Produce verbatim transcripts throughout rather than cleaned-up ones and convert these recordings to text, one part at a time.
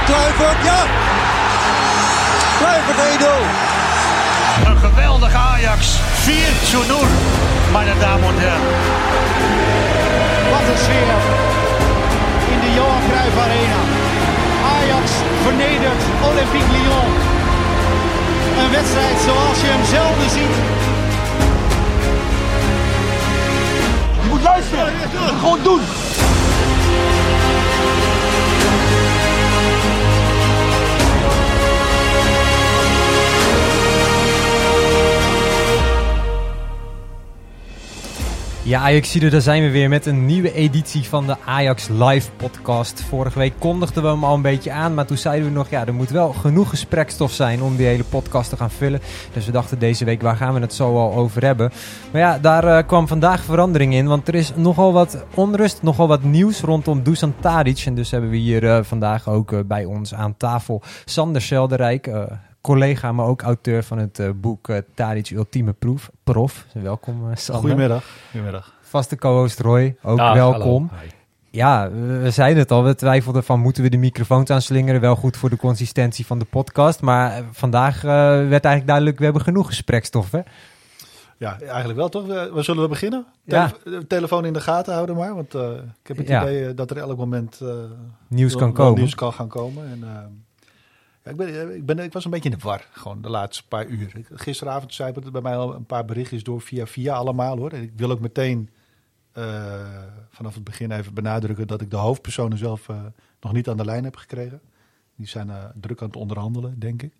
Kluivert, ja! Kluivert één nul. Een geweldig Ajax. vier nul, meine Damen und Herren. Wat een sfeer in de Johan Cruijff Arena. Ajax vernedert Olympique Lyon. Een wedstrijd zoals je hem zelden ziet. Je moet luisteren. Je moet het gewoon doen. Ja, Ajaxiden, daar zijn we weer met een nieuwe editie van de Ajax Live podcast. Vorige week kondigden we hem al een beetje aan, maar toen zeiden we nog, ja, er moet wel genoeg gesprekstof zijn om die hele podcast te gaan vullen. Dus we dachten deze week, waar gaan we het zo al over hebben? Maar ja, daar uh, kwam vandaag verandering in, want er is nogal wat onrust, nogal wat nieuws rondom Dusan Tadic. En dus hebben we hier uh, vandaag ook uh, bij ons aan tafel Sander Selderijk, uh, collega, maar ook auteur van het uh, boek uh, Tadic Ultieme Proef. Prof. Welkom, uh, Sander. Goedemiddag. Goedemiddag. Vaste co-host Roy, ook Dag, welkom. Ja, we zeiden het al, we twijfelden van moeten we de microfoons aanslingeren. Wel goed voor de consistentie van de podcast. Maar vandaag uh, werd eigenlijk duidelijk, we hebben genoeg gesprekstof, hè? Ja, eigenlijk wel toch? We, we zullen we beginnen? Ja. Tele- telefoon in de gaten houden maar. Want uh, ik heb het ja. idee dat er elk moment uh, nieuws wel, kan wel komen. nieuws kan gaan komen. En, uh, ja, ik, ben, ik, ben, ik was een beetje in de war, gewoon de laatste paar uur. Ik, gisteravond zei het bij mij al een paar berichtjes door via via allemaal hoor. En ik wil ook meteen uh, vanaf het begin even benadrukken dat ik de hoofdpersonen zelf uh, nog niet aan de lijn heb gekregen. Die zijn uh, druk aan het onderhandelen, denk ik.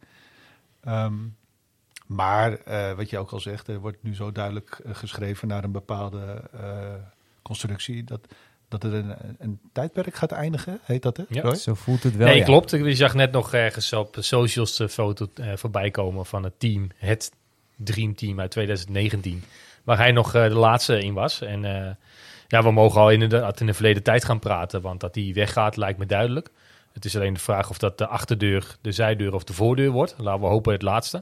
Um, maar uh, wat je ook al zegt, er wordt nu zo duidelijk uh, geschreven naar een bepaalde uh, constructie dat, dat er een, een tijdperk gaat eindigen, heet dat hè? Ja, zo voelt het wel. Nee, ja. klopt. Je zag net nog ergens op socials de foto uh, voorbij komen van het team, het Dream Team uit twintig negentien, waar hij nog uh, de laatste in was. En uh, ja, we mogen al inderdaad in de verleden tijd gaan praten, want dat hij weggaat lijkt me duidelijk. Het is alleen de vraag of dat de achterdeur, de zijdeur of de voordeur wordt. Laten we hopen het laatste.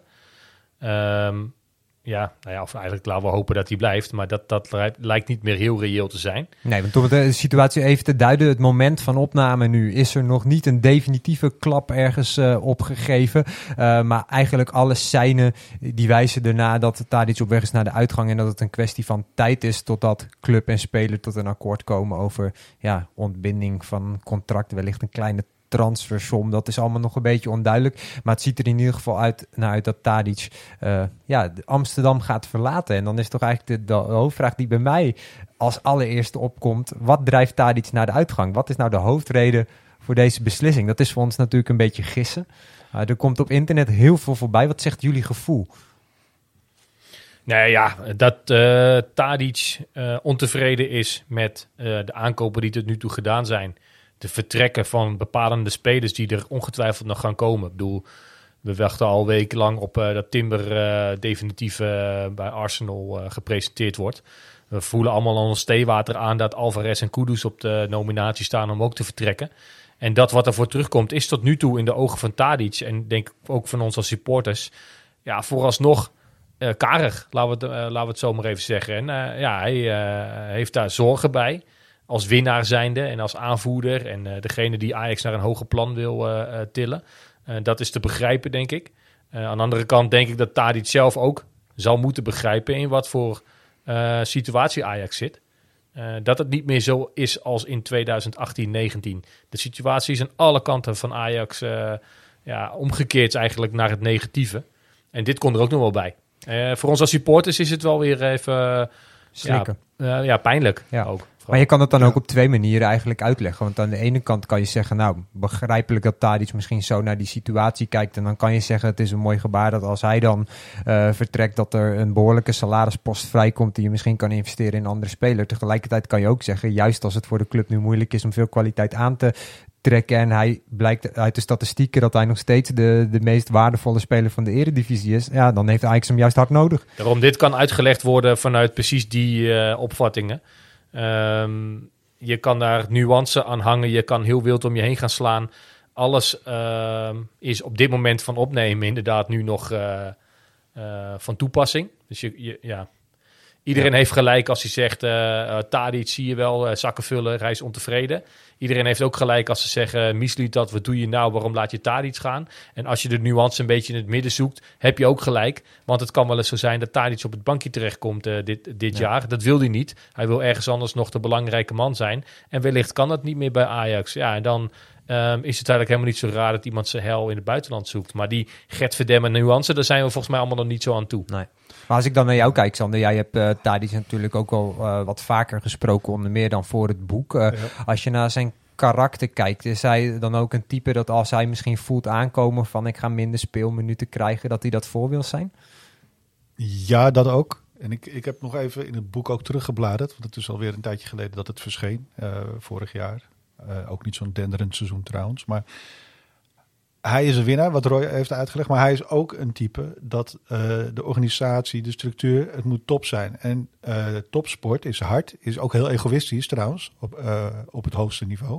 Um, ja, nou ja, of eigenlijk laten we hopen dat hij blijft. Maar dat, dat lijkt niet meer heel reëel te zijn. Nee, want om de situatie even te duiden, het moment van opname nu is er nog niet een definitieve klap ergens uh, opgegeven. Uh, maar eigenlijk alle seinen die wijzen erna dat Tadic op weg is naar de uitgang en dat het een kwestie van tijd is totdat club en speler tot een akkoord komen over ja, ontbinding van contract, wellicht een kleine transfersom. Dat is allemaal nog een beetje onduidelijk. Maar het ziet er in ieder geval uit naar uit dat Tadic uh, ja, Amsterdam gaat verlaten. En dan is toch eigenlijk de, de hoofdvraag die bij mij als allereerste opkomt. Wat drijft Tadic naar de uitgang? Wat is nou de hoofdreden voor deze beslissing? Dat is voor ons natuurlijk een beetje gissen. Uh, er komt op internet heel veel voorbij. Wat zegt jullie gevoel? Nou ja, dat uh, Tadic uh, ontevreden is met uh, de aankopen die tot nu toe gedaan zijn. De vertrekken van bepalende spelers die er ongetwijfeld nog gaan komen. Ik bedoel, we wachten al wekenlang op uh, dat Timber uh, definitief uh, bij Arsenal uh, gepresenteerd wordt. We voelen allemaal al ons theewater aan dat Alvarez en Kudus op de nominatie staan om ook te vertrekken. En dat wat ervoor terugkomt is tot nu toe in de ogen van Tadic en denk ik ook van ons als supporters, ja, vooralsnog uh, karig, laten we, het, uh, laten we het zo maar even zeggen. En uh, ja, hij uh, heeft daar zorgen bij. Als winnaar zijnde en als aanvoerder en uh, degene die Ajax naar een hoger plan wil uh, uh, tillen. Uh, dat is te begrijpen, denk ik. Uh, aan de andere kant denk ik dat Tadic zelf ook zal moeten begrijpen in wat voor uh, situatie Ajax zit. Uh, dat het niet meer zo is als in twintig achttien negentien. De situatie is aan alle kanten van Ajax uh, ja, omgekeerd eigenlijk naar het negatieve. En dit kon er ook nog wel bij. Uh, voor ons als supporters is het wel weer even uh, Slikken. Ja, uh, ja, pijnlijk ja. ook. Maar je kan het dan ook op twee manieren eigenlijk uitleggen. Want aan de ene kant kan je zeggen, nou, begrijpelijk dat Tadic misschien zo naar die situatie kijkt. En dan kan je zeggen, het is een mooi gebaar dat als hij dan uh, vertrekt, dat er een behoorlijke salarispost vrijkomt die je misschien kan investeren in een andere speler. Tegelijkertijd kan je ook zeggen, juist als het voor de club nu moeilijk is om veel kwaliteit aan te trekken en hij blijkt uit de statistieken dat hij nog steeds de, de meest waardevolle speler van de Eredivisie is, ja, dan heeft Ajax hem juist hard nodig. Daarom, dit kan uitgelegd worden vanuit precies die uh, opvattingen. Um, je kan daar nuance aan hangen, je kan heel wild om je heen gaan slaan. Alles uh, is op dit moment van opnemen inderdaad nu nog uh, uh, van toepassing. Dus je, je, ja, Iedereen Ja. heeft gelijk als hij zegt, uh, uh, Tadic zie je wel, uh, zakken vullen, hij is ontevreden. Iedereen heeft ook gelijk als ze zeggen, misliet dat, wat doe je nou, waarom laat je Tadic gaan? En als je de nuance een beetje in het midden zoekt, heb je ook gelijk. Want het kan wel eens zo zijn dat Tadic op het bankje terechtkomt uh, dit, dit Ja. jaar. Dat wil hij niet. Hij wil ergens anders nog de belangrijke man zijn. En wellicht kan dat niet meer bij Ajax. Ja, en dan um, is het eigenlijk helemaal niet zo raar dat iemand zijn hel in het buitenland zoekt. Maar die Gert Verdemme nuance, daar zijn we volgens mij allemaal nog niet zo aan toe. Nee. Maar als ik dan naar jou kijk, Sander, jij hebt uh, Tadic natuurlijk ook al uh, wat vaker gesproken, onder meer dan voor het boek. Uh, Ja. Als je naar zijn karakter kijkt, is hij dan ook een type dat als hij misschien voelt aankomen van ik ga minder speelminuten krijgen, dat hij dat voor wil zijn? Ja, dat ook. En ik, ik heb nog even in het boek ook teruggebladerd, want het is alweer een tijdje geleden dat het verscheen, uh, vorig jaar. Uh, ook niet zo'n denderend seizoen trouwens, maar hij is een winnaar, wat Roy heeft uitgelegd, maar hij is ook een type dat uh, de organisatie, de structuur, het moet top zijn. En uh, topsport is hard, is ook heel egoïstisch trouwens, op, uh, op het hoogste niveau.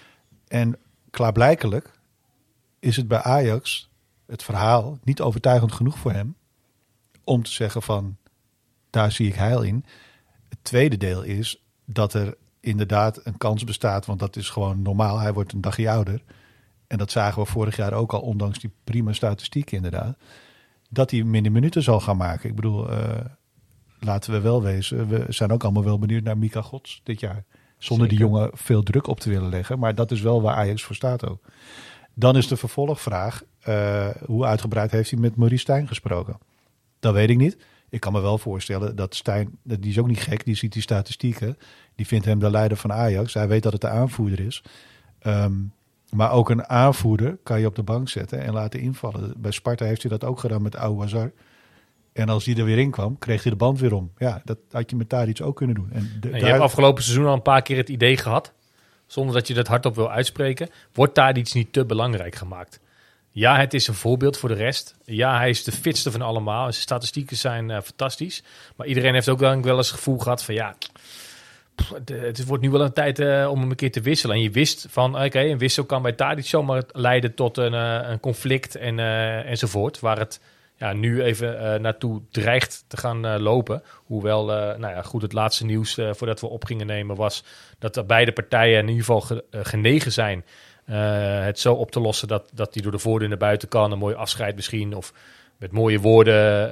En klaarblijkelijk is het bij Ajax het verhaal niet overtuigend genoeg voor hem om te zeggen van, daar zie ik heil in. Het tweede deel is dat er inderdaad een kans bestaat, want dat is gewoon normaal. Hij wordt een dagje ouder. En dat zagen we vorig jaar ook al, ondanks die prima statistiek inderdaad. Dat hij minder minuten zal gaan maken. Ik bedoel, uh, laten we wel wezen. We zijn ook allemaal wel benieuwd naar Mika Gods dit jaar. Zonder Zeker. die jongen veel druk op te willen leggen. Maar dat is wel waar Ajax voor staat ook. Dan is de vervolgvraag, uh, hoe uitgebreid heeft hij met Maurice Stijn gesproken? Dat weet ik niet. Ik kan me wel voorstellen dat Stijn, die is ook niet gek, die ziet die statistieken. Die vindt hem de leider van Ajax. Hij weet dat het de aanvoerder is. Um, maar ook een aanvoerder kan je op de bank zetten en laten invallen. Bij Sparta heeft hij dat ook gedaan met Ouazzar. En als die er weer in kwam, kreeg hij de band weer om. Ja, dat had je met Tadic ook kunnen doen. En de, en je hebt afgelopen seizoen al een paar keer het idee gehad, zonder dat je dat hardop wil uitspreken, wordt Tadic niet te belangrijk gemaakt. Ja, het is een voorbeeld voor de rest. Ja, hij is de fitste van allemaal. Zijn statistieken zijn uh, fantastisch. Maar iedereen heeft ook wel, wel eens het gevoel gehad van ja, pff, de, het wordt nu wel een tijd uh, om hem een keer te wisselen. En je wist van oké, okay, een wissel kan bij Tadic zomaar leiden tot een, uh, een conflict en, uh, enzovoort. Waar het ja, nu even uh, naartoe dreigt te gaan uh, lopen. Hoewel, uh, nou ja, goed, het laatste nieuws uh, voordat we op gingen nemen was dat er beide partijen in ieder geval ge, uh, genegen zijn Uh, het zo op te lossen dat, dat die door de voordeur naar buiten kan. Een mooi afscheid misschien. Of met mooie woorden uh,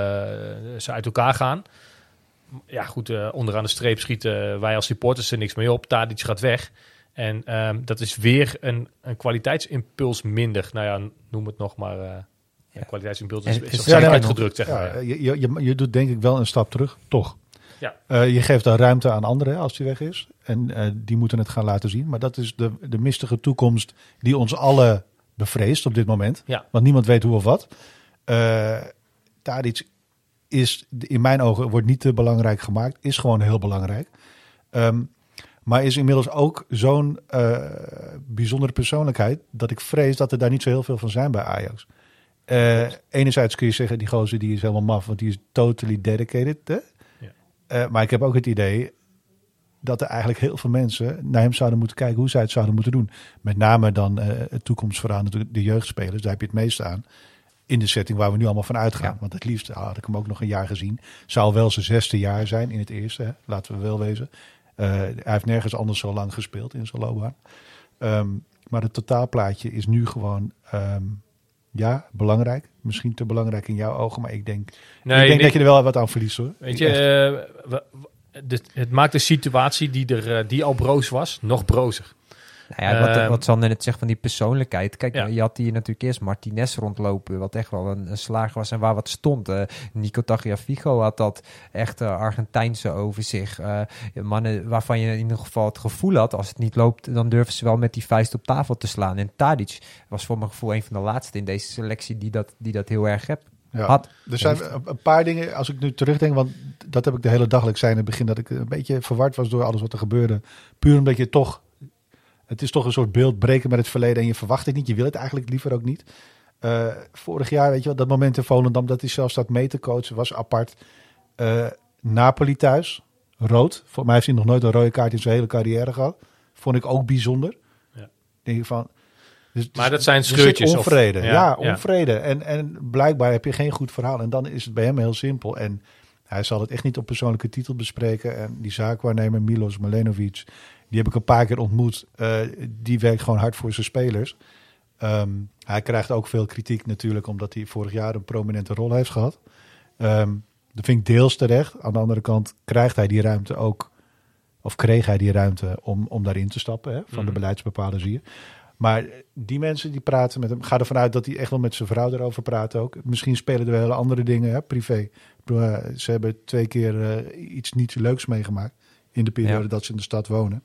ze uit elkaar gaan. Ja goed, uh, onderaan de streep schieten wij als supporters er niks mee op. Tadic gaat weg. En um, dat is weer een, een kwaliteitsimpuls minder. Nou ja, noem het nog maar. Uh, ja, kwaliteitsimpuls is, is ja, ja, uitgedrukt. Zeg maar, ja, ja. je, je, je doet denk ik wel een stap terug, toch? Ja. Uh, je geeft dan ruimte aan anderen als die weg is. En uh, die moeten het gaan laten zien. Maar dat is de, de mistige toekomst die ons alle bevreest op dit moment. Ja. Want niemand weet hoe of wat. Uh, Tadic is in mijn ogen wordt niet te belangrijk gemaakt. Is gewoon heel belangrijk. Um, maar is inmiddels ook zo'n uh, bijzondere persoonlijkheid dat ik vrees dat er daar niet zo heel veel van zijn bij Ajax. Uh, enerzijds kun je zeggen, die gozer die is helemaal maf, want die is totally dedicated. Hè? Uh, maar ik heb ook het idee dat er eigenlijk heel veel mensen naar hem zouden moeten kijken hoe zij het zouden moeten doen. Met name dan uh, het toekomstverhaal, natuurlijk de jeugdspelers, daar heb je het meeste aan. In de setting waar we nu allemaal van uitgaan. Ja. Want het liefst had ik hem ook nog een jaar gezien. Zou wel zijn zesde jaar zijn in het eerste, hè? Laten we wel wezen. Uh, hij heeft nergens anders zo lang gespeeld in zijn loopbaan. Um, maar het totaalplaatje is nu gewoon um, ja, belangrijk. Misschien te belangrijk in jouw ogen, maar ik denk, nee, ik denk nee. dat je er wel wat aan verliest hoor. Weet je, uh, we, de, het maakt de situatie die, er, uh, die al broos was, nog brozer. Nou ja, wat, wat Sander net zegt van die persoonlijkheid. Kijk, ja. je had hier natuurlijk eerst Martinez rondlopen, wat echt wel een, een slager was en waar wat stond. Uh, Nico Tagliafico had dat echt uh, Argentijnse over zich. Uh, mannen waarvan je in ieder geval het gevoel had, als het niet loopt, dan durven ze wel met die vuist op tafel te slaan. En Tadic was voor mijn gevoel een van de laatste in deze selectie die dat, die dat heel erg heb. Ja, had. Er zijn een paar dingen, als ik nu terugdenk, want dat heb ik de hele dag, ik zei in het begin dat ik een beetje verward was door alles wat er gebeurde. Puur omdat je toch... Het is toch een soort beeld breken met het verleden en je verwacht het niet. Je wil het eigenlijk liever ook niet. Uh, vorig jaar, weet je wel, dat moment in Volendam dat hij zelfs staat mee te coachen was apart. Uh, Napoli thuis, rood. Voor mij heeft hij nog nooit een rode kaart in zijn hele carrière gehad. Vond ik ook bijzonder. Ja. Denk ik van... Dus, maar dat zijn scheurtjes. Onvrede, of, ja, ja, onvrede. Ja. En, en blijkbaar heb je geen goed verhaal. En dan is het bij hem heel simpel. En Hij zal het echt niet op persoonlijke titel bespreken. En die zaakwaarnemer Milos Milenovic, die heb ik een paar keer ontmoet. Uh, die werkt gewoon hard voor zijn spelers. Um, hij krijgt ook veel kritiek natuurlijk, omdat hij vorig jaar een prominente rol heeft gehad. Um, dat vind ik deels terecht. Aan de andere kant krijgt hij die ruimte ook, of kreeg hij die ruimte om, om daarin te stappen, hè, van mm. de beleidsbepalers hier. Maar die mensen die praten met hem, ga ervan uit dat hij echt wel met zijn vrouw erover praat ook. Misschien spelen er wel hele andere dingen, hè, privé. Ze hebben twee keer uh, iets niet leuks meegemaakt in de periode ja. dat ze in de stad wonen.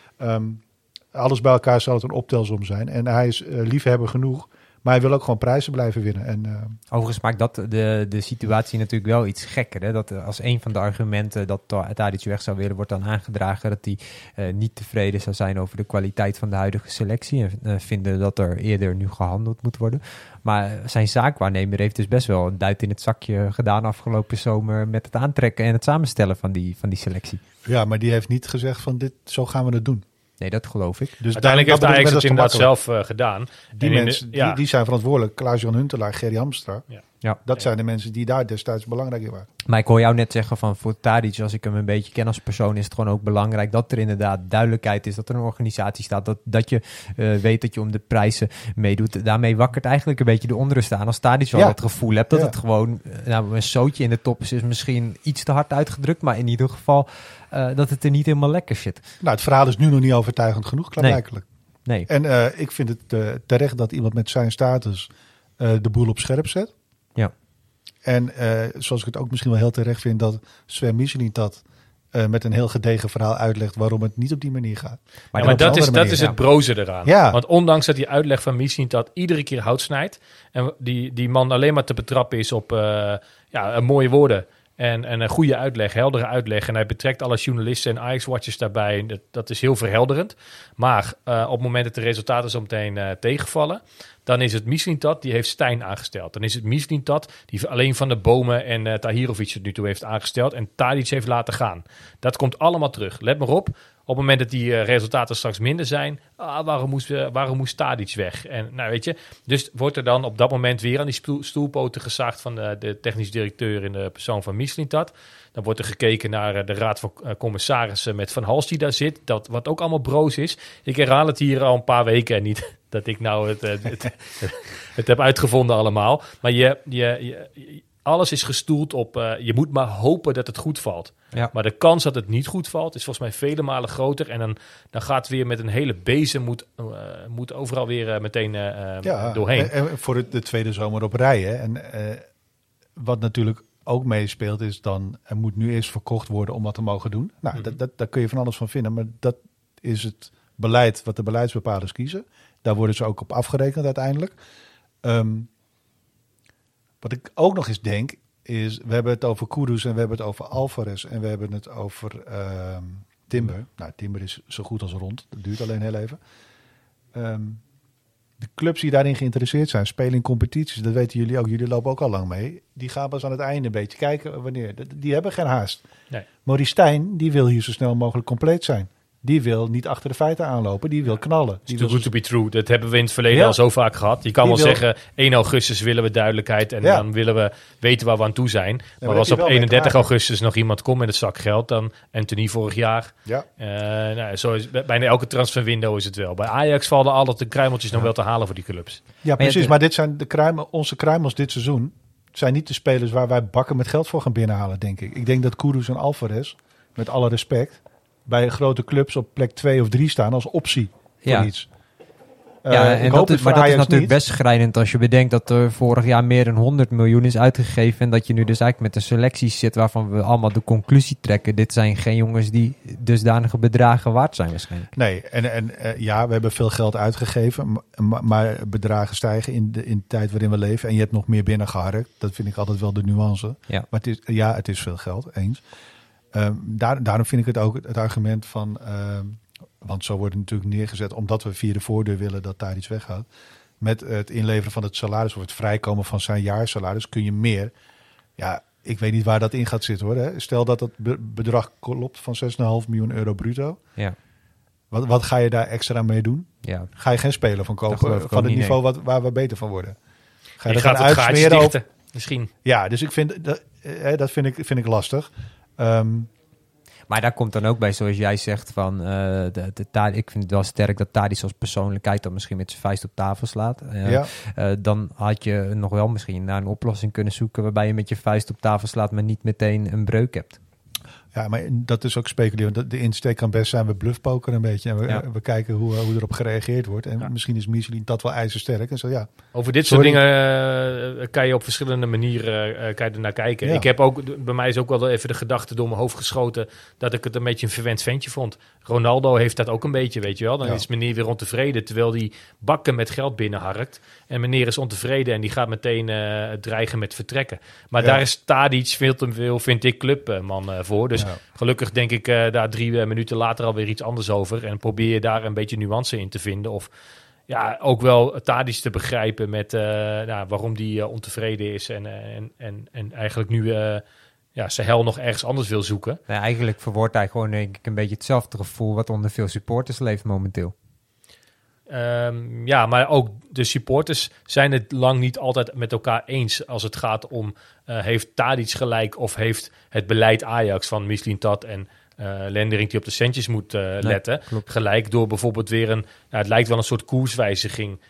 Um, alles bij elkaar zal het een optelsom zijn. En hij is uh, liefhebber genoeg, maar hij wil ook gewoon prijzen blijven winnen. En, uh, Overigens maakt dat de, de situatie natuurlijk wel iets gekker. Hè? Dat als een van de argumenten dat Tadic weg zou willen, wordt dan aangedragen dat hij uh, niet tevreden zou zijn over de kwaliteit van de huidige selectie. En uh, vinden dat er eerder nu gehandeld moet worden. Maar zijn zaakwaarnemer heeft dus best wel een duit in het zakje gedaan afgelopen zomer met het aantrekken en het samenstellen van die, van die selectie. Ja, maar die heeft niet gezegd van dit, zo gaan we het doen. Nee, dat geloof ik. Dus uiteindelijk heeft Ajax het inderdaad zelf uh, gedaan. Die en mensen, de, ja. die, die zijn verantwoordelijk. Klaas-Jan Huntelaar, Gerry Hamstra. Ja. Ja. Dat ja. zijn de mensen die daar destijds belangrijk in waren. Maar ik hoor jou net zeggen van voor Tadic, als ik hem een beetje ken als persoon, is het gewoon ook belangrijk dat er inderdaad duidelijkheid is, dat er een organisatie staat, dat, dat je uh, weet dat je om de prijzen meedoet. Daarmee wakkert eigenlijk een beetje de onrust aan. Als Tadic wel ja. het gevoel hebt dat ja. het gewoon nou, een zootje in de top is, is misschien iets te hard uitgedrukt, maar in ieder geval uh, dat het er niet helemaal lekker zit. Nou, het verhaal is nu nog niet overtuigend genoeg, klaarblijkelijk. Nee. nee. En uh, ik vind het uh, terecht dat iemand met zijn status uh, de boel op scherp zet. Ja. En uh, zoals ik het ook misschien wel heel terecht vind dat Sven Mislintat uh, met een heel gedegen verhaal uitlegt waarom het niet op die manier gaat. Maar, ja, maar dat, is, dat is het broze eraan. Ja. Want ondanks dat die uitleg van Mislintat iedere keer hout snijdt en die, die man alleen maar te betrappen is op uh, ja, mooie woorden en, en een goede uitleg, heldere uitleg. En hij betrekt alle journalisten en Ajax-watchers daarbij. Dat, dat is heel verhelderend. Maar uh, op het moment dat de resultaten zo meteen uh, tegenvallen, dan is het Mislintat, die heeft Stijn aangesteld. Dan is het Mislintat, die alleen Van de Bomen en uh, Tahirovic het nu toe heeft aangesteld en Tadic heeft laten gaan. Dat komt allemaal terug. Let maar op, op het moment dat die uh, resultaten straks minder zijn, ah, waarom, moest, uh, waarom moest Tadic weg? En nou weet je, dus wordt er dan op dat moment weer aan die stoel, stoelpoten gezaagd van de, de technisch directeur in de persoon van Mislintat. Dan wordt er gekeken naar uh, de raad van uh, commissarissen met Van Hals die daar zit, dat, wat ook allemaal broos is. Ik herhaal het hier al een paar weken en niet dat ik nou het, het, het, het heb uitgevonden allemaal. Maar je, je, je, alles is gestoeld op, uh, je moet maar hopen dat het goed valt. Ja. Maar de kans dat het niet goed valt is volgens mij vele malen groter. En dan, dan gaat het weer met een hele bezem, moet, uh, moet overal weer uh, meteen uh, ja, doorheen. En, en voor de, de tweede zomer op rij. Hè. En uh, wat natuurlijk ook meespeelt is dan, er moet nu eerst verkocht worden om wat te mogen doen. Nou, mm-hmm. dat, dat, daar kun je van alles van vinden. Maar dat is het beleid wat de beleidsbepalers kiezen. Daar worden ze ook op afgerekend uiteindelijk. Um, wat ik ook nog eens denk, is we hebben het over Kudus en we hebben het over Alvarez en we hebben het over uh, Timber. Nou, Timber is zo goed als rond. Dat duurt alleen heel even. Um, de clubs die daarin geïnteresseerd zijn, spelen in competities, dat weten jullie ook. Jullie lopen ook al lang mee. Die gaan pas aan het einde een beetje kijken wanneer. Die hebben geen haast. Nee. Maurice Stijn, die wil hier zo snel mogelijk compleet zijn. Die wil niet achter de feiten aanlopen, die wil knallen. Die too good to be true. Dat hebben we in het verleden ja. al zo vaak gehad. Je kan die wel wil... zeggen, één augustus willen we duidelijkheid en ja. dan willen we weten waar we aan toe zijn. Ja, maar als op eenendertig augustus nog iemand komt met een zak geld, dan Anthony vorig jaar. Ja. Uh, nou, zo is, bijna elke transferwindow is het wel. Bij Ajax vallen altijd de kruimeltjes ja. nog wel te halen voor die clubs. Ja, precies. Maar dit zijn de kruimel, onze kruimels dit seizoen zijn niet de spelers waar wij bakken met geld voor gaan binnenhalen, denk ik. Ik denk dat Kudus en Alvarez, met alle respect, bij grote clubs op plek twee of drie staan als optie voor ja. iets. Uh, ja, en dat is, maar dat is natuurlijk niet. Best schrijnend als je bedenkt dat er vorig jaar meer dan honderd miljoen is uitgegeven en dat je nu dus eigenlijk met een selectie zit waarvan we allemaal de conclusie trekken. Dit zijn geen jongens die dusdanige bedragen waard zijn waarschijnlijk. Nee, en, en uh, ja, we hebben veel geld uitgegeven, maar, maar bedragen stijgen in de, in de tijd waarin we leven en je hebt nog meer binnengeharkt. Dat vind ik altijd wel de nuance. Ja. Maar het is, ja, het is veel geld, eens. Um, daar, daarom vind ik het ook het argument van, um, want zo wordt het natuurlijk neergezet, omdat we via de voordeur willen dat daar iets weggaat. Met het inleveren van het salaris of het vrijkomen van zijn jaarsalaris kun je meer. Ja, ik weet niet waar dat in gaat zitten hoor. Hè. Stel dat dat be- bedrag klopt van zes komma vijf miljoen euro bruto. Ja. Wat, wat ga je daar extra mee doen? Ja. Ga je geen speler van kopen van het niveau wat, waar we beter van worden? Ga je, je gaat het gaatje dichten. Misschien. Ja, dus ik vind dat, eh, dat vind ik, vind ik lastig. Um, Maar daar komt dan ook bij, zoals jij zegt, van uh, de, de, de, ik vind het wel sterk dat Tadić als persoonlijkheid dan misschien met zijn vuist op tafel slaat. Uh, ja. uh, dan had je nog wel misschien naar een oplossing kunnen zoeken waarbij je met je vuist op tafel slaat, maar niet meteen een breuk hebt. Ja, maar dat is ook speculeren. De insteek kan best zijn, we bluffpoken een beetje. En we, ja. we kijken hoe, hoe erop gereageerd wordt. En ja. misschien is Michelin dat wel ijzersterk. En zo, ja. Over dit Sorry. soort dingen uh, kan je op verschillende manieren uh, kan je er naar kijken. Ja. Ik heb ook, bij mij is ook wel even de gedachte door mijn hoofd geschoten dat ik het een beetje een verwend ventje vond. Ronaldo heeft dat ook een beetje, weet je wel. Dan ja. is meneer weer ontevreden, terwijl die bakken met geld binnenharkt. En meneer is ontevreden en die gaat meteen uh, dreigen met vertrekken. Maar ja. daar is Tadić veel te veel, vind ik, clubman uh, voor. Dus ja. gelukkig denk ik uh, daar drie uh, minuten later alweer iets anders over. En probeer je daar een beetje nuance in te vinden. Of ja, ook wel Tadić te begrijpen met uh, nou, waarom die uh, ontevreden is. En, en, en, en eigenlijk nu uh, ja, zijn hel nog ergens anders wil zoeken. Nee, eigenlijk verwoordt hij gewoon denk ik een beetje hetzelfde gevoel wat onder veel supporters leeft momenteel. Um, ja, maar ook de supporters zijn het lang niet altijd met elkaar eens als het gaat om uh, heeft Tadić gelijk of heeft het beleid Ajax van Mislintat en uh, Lendering die op de centjes moet uh, nee, letten. Klopt. Gelijk door bijvoorbeeld weer een, nou, het lijkt wel een soort koerswijziging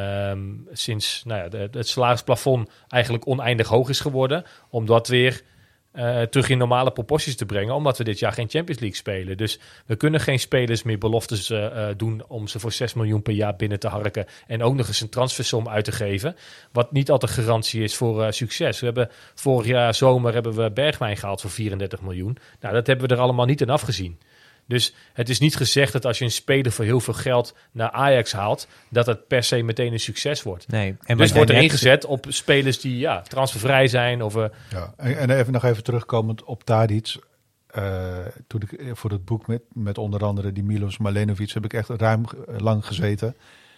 um, sinds nou ja, de, het salarisplafond eigenlijk oneindig hoog is geworden, omdat weer Uh, terug in normale proporties te brengen, omdat we dit jaar geen Champions League spelen. Dus we kunnen geen spelers meer beloftes uh, uh, doen om ze voor zes miljoen per jaar binnen te harken en ook nog eens een transfersom uit te geven, wat niet altijd garantie is voor uh, succes. We hebben vorig jaar zomer hebben we Bergwijn gehaald voor vierendertig miljoen. Nou, dat hebben we er allemaal niet in afgezien. Dus het is niet gezegd dat als je een speler voor heel veel geld naar Ajax haalt, dat het per se meteen een succes wordt. Nee. En dus wordt er ingezet op spelers die ja, transfervrij zijn. Of, uh... ja, en, en even nog even terugkomend op Tadić. Uh, toen ik voor het boek met, met onder andere die Milos Malenovic heb ik echt ruim uh, lang gezeten.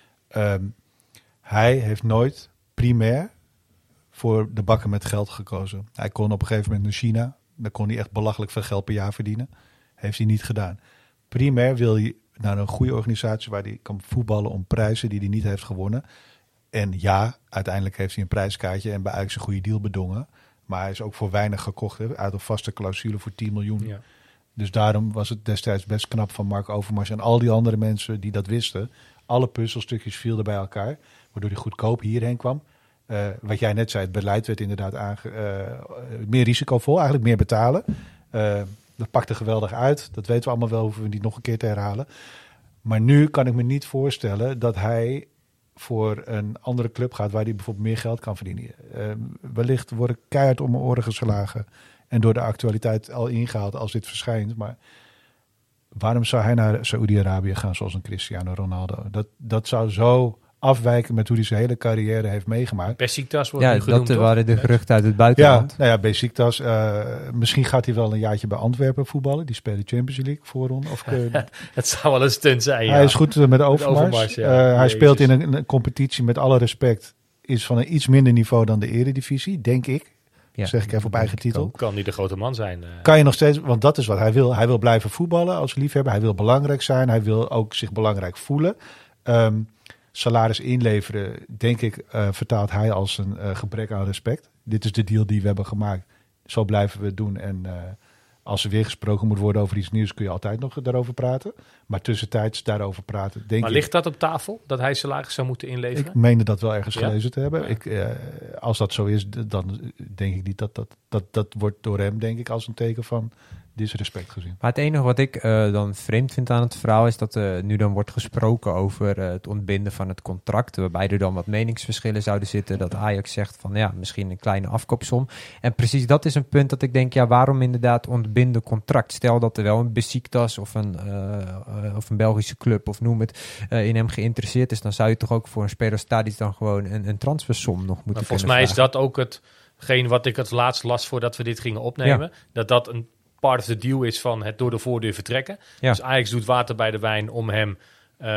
Um, hij heeft nooit primair voor de bakken met geld gekozen. Hij kon op een gegeven moment naar China. Daar kon hij echt belachelijk veel geld per jaar verdienen. Heeft hij niet gedaan. Primair wil hij naar een goede organisatie waar hij kan voetballen om prijzen die hij niet heeft gewonnen. En ja, uiteindelijk heeft hij een prijskaartje en bij Ajax een goede deal bedongen. Maar hij is ook voor weinig gekocht, hè, uit een vaste clausule voor tien miljoen. Ja. Dus daarom was het destijds best knap van Mark Overmars en al die andere mensen die dat wisten. Alle puzzelstukjes vielden bij elkaar, waardoor hij goedkoop hierheen kwam. Uh, wat jij net zei, het beleid werd inderdaad aange, uh, meer risicovol, eigenlijk meer betalen. Uh, Dat pakte geweldig uit. Dat weten we allemaal wel, hoeven we niet nog een keer te herhalen. Maar nu kan ik me niet voorstellen dat hij voor een andere club gaat waar hij bijvoorbeeld meer geld kan verdienen. Uh, wellicht word ik keihard om mijn oren geslagen en door de actualiteit al ingehaald als dit verschijnt. Maar waarom zou hij naar Saoedi-Arabië gaan zoals een Cristiano Ronaldo? Dat, dat zou zo afwijken met hoe hij zijn hele carrière heeft meegemaakt. Besiktas wordt ja, nu genoemd, dat toch? waren de geruchten uit het buitenland. Ja, nou ja, Besiktas. Uh, misschien gaat hij wel een jaartje bij Antwerpen voetballen. Die spelen Champions League voorronde. Of, uh, het zou wel een stunt zijn, ja. Hij is goed uh, met Overmars. Met Overmars ja. uh, hij speelt in een, een competitie, met alle respect, is van een iets minder niveau dan de Eredivisie, denk ik. Ja, zeg ik even op eigen titel. Kan niet de grote man zijn. Uh. Kan je nog steeds, want dat is wat hij wil. Hij wil blijven voetballen als liefhebber. Hij wil belangrijk zijn. Hij wil ook zich belangrijk voelen. Um, salaris inleveren, denk ik, uh, vertaalt hij als een uh, gebrek aan respect. Dit is de deal die we hebben gemaakt. Zo blijven we het doen. En uh, als er weer gesproken moet worden over iets nieuws, kun je altijd nog daarover praten. Maar tussentijds daarover praten, denk maar ik... ligt dat op tafel, dat hij salaris zou moeten inleveren? Ik meende dat wel ergens ja? gelezen te hebben. Ja. Ik, uh, als dat zo is, dan denk ik niet dat dat, dat... Dat wordt door hem, denk ik, als een teken van disrespect gezien. Maar het enige wat ik uh, dan vreemd vind aan het verhaal is dat uh, nu dan wordt gesproken over uh, het ontbinden van het contract, waarbij er dan wat meningsverschillen zouden zitten, dat Ajax zegt van ja, misschien een kleine afkoopsom. En precies dat is een punt dat ik denk, ja, waarom inderdaad ontbinden contract? Stel dat er wel een Besiktas of een, uh, uh, of een Belgische club of noem het, uh, in hem geïnteresseerd is, dan zou je toch ook voor een speler Tadić dan gewoon een, een transfersom nog moeten maar kunnen volgens mij vragen. is dat ook hetgeen wat ik het laatst las voordat we dit gingen opnemen. Ja. Dat dat een part of the deal is van het door de voordeur vertrekken. Ja. Dus Ajax doet water bij de wijn om hem uh,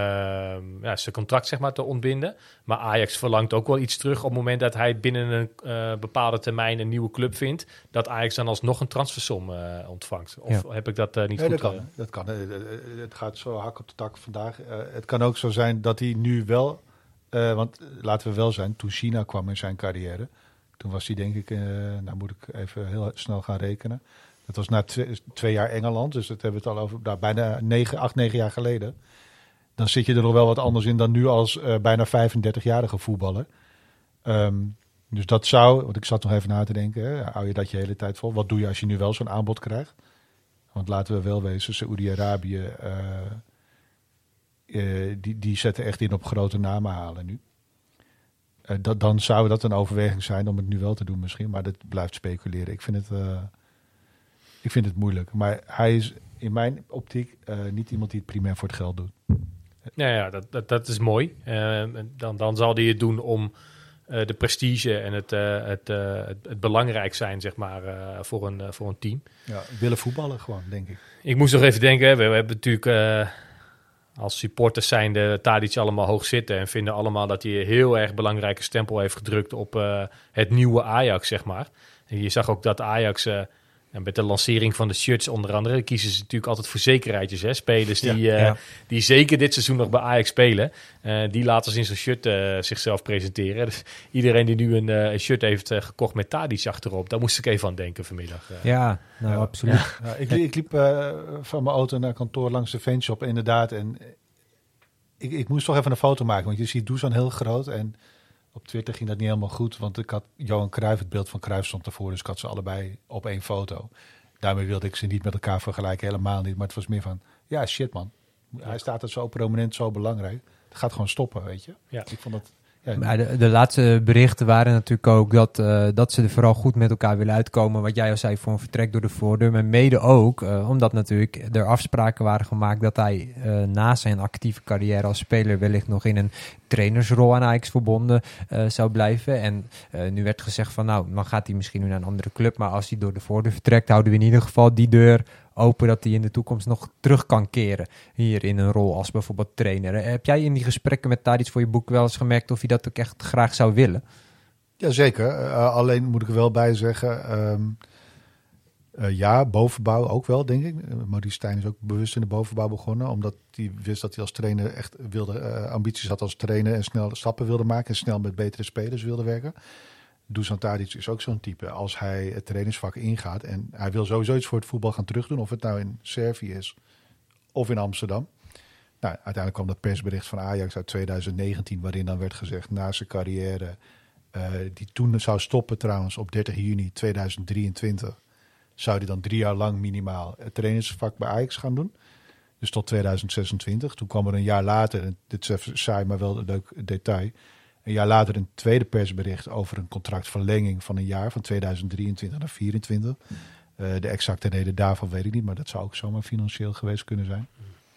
ja, zijn contract zeg maar te ontbinden. Maar Ajax verlangt ook wel iets terug op het moment dat hij binnen een uh, bepaalde termijn een nieuwe club vindt, dat Ajax dan alsnog een transfersom uh, ontvangt. Of ja. heb ik dat uh, niet nee, goed? Dat kan. Uh, dat kan. Uh, het gaat zo hak op de tak vandaag. Uh, het kan ook zo zijn dat hij nu wel, uh, want laten we wel zijn, toen China kwam in zijn carrière, Toen was hij denk ik, uh, nou moet ik even heel snel gaan rekenen. Dat was na twee, twee jaar Engeland, dus dat hebben we het al over nou, bijna negen, acht, negen jaar geleden. Dan zit je er nog wel wat anders in dan nu als uh, bijna vijfendertigjarige voetballer. Um, dus dat zou, want ik zat nog even na te denken, hè, hou je dat je hele tijd vol? Wat doe je als je nu wel zo'n aanbod krijgt? Want laten we wel wezen, Saoedi-Arabië, uh, uh, die, die zetten echt in op grote namen halen nu. Uh, dat, dan zou dat een overweging zijn om het nu wel te doen misschien, maar dat blijft speculeren. Ik vind het, uh, ik vind het moeilijk. Maar hij is in mijn optiek uh, niet iemand die het primair voor het geld doet. Nou ja, dat, dat, dat is mooi. Uh, dan, dan zal hij het doen om uh, de prestige en het, uh, het, uh, het, het belangrijk zijn, zeg maar, uh, voor, een, uh, voor een team. Ja, willen voetballen gewoon, denk ik. Ik moest nog even denken, we, we hebben natuurlijk uh, als supporters zijnde Tadic allemaal hoog zitten en vinden allemaal dat hij een heel erg belangrijke stempel heeft gedrukt op uh, het nieuwe Ajax, zeg maar. En je zag ook dat Ajax... Uh, En met de lancering van de shirts onder andere kiezen ze natuurlijk altijd voor zekerheidjes. Hè? Spelers die, ja, uh, ja. die zeker dit seizoen nog bij Ajax spelen. Uh, die laten ze in zo'n shirt uh, zichzelf presenteren. Dus iedereen die nu een, uh, een shirt heeft uh, gekocht met Tadic achterop. Daar moest ik even aan denken vanmiddag. Uh. Ja, nou ja, absoluut. Ja, ik, ik liep uh, van mijn auto naar kantoor langs de Veenshop inderdaad. En ik, ik moest toch even een foto maken. Want je ziet Dusan heel groot en... Op Twitter ging dat niet helemaal goed, want ik had Johan Cruijff, het beeld van Cruijff stond ervoor, dus ik had ze allebei op één foto. Daarmee wilde ik ze niet met elkaar vergelijken, helemaal niet. Maar het was meer van, ja shit man, hij staat er zo prominent, zo belangrijk. Het gaat gewoon stoppen, weet je. Ja. Ik vond dat... Ja, maar de, de laatste berichten waren natuurlijk ook dat, uh, dat ze er vooral goed met elkaar willen uitkomen. Wat jij al zei, voor een vertrek door de voordeur. Maar mede ook, uh, omdat natuurlijk er afspraken waren gemaakt dat hij uh, na zijn actieve carrière als speler wellicht nog in een trainersrol aan Ajax verbonden uh, zou blijven. En uh, nu werd gezegd van nou, dan gaat hij misschien nu naar een andere club. Maar als hij door de voordeur vertrekt, houden we in ieder geval die deur open dat hij in de toekomst nog terug kan keren hier in een rol als bijvoorbeeld trainer. Heb jij in die gesprekken met Tadic voor je boek wel eens gemerkt of hij dat ook echt graag zou willen? Jazeker. Uh, alleen moet ik er wel bij zeggen, um, uh, ja, bovenbouw ook wel, denk ik. Uh, Maurice Stijn is ook bewust in de bovenbouw begonnen, omdat hij wist dat hij als trainer echt wilde, uh, ambities had als trainer en snel stappen wilde maken en snel met betere spelers wilde werken. Dusan Tadic is ook zo'n type. Als hij het trainingsvak ingaat en hij wil sowieso iets voor het voetbal gaan terugdoen, of het nou in Servië is of in Amsterdam. Nou, uiteindelijk kwam dat persbericht van Ajax uit tweeduizend negentien, waarin dan werd gezegd na zijn carrière, uh, die toen zou stoppen trouwens op dertig juni tweeduizend drieëntwintig, zou hij dan drie jaar lang minimaal het trainingsvak bij Ajax gaan doen. Dus tot tweeduizend zesentwintig. Toen kwam er een jaar later, en dit is even saai, maar wel een leuk detail, een jaar later een tweede persbericht over een contractverlenging van een jaar, van tweeduizend drieëntwintig naar vierentwintig. Uh, de exacte reden daarvan weet ik niet, maar dat zou ook zomaar financieel geweest kunnen zijn.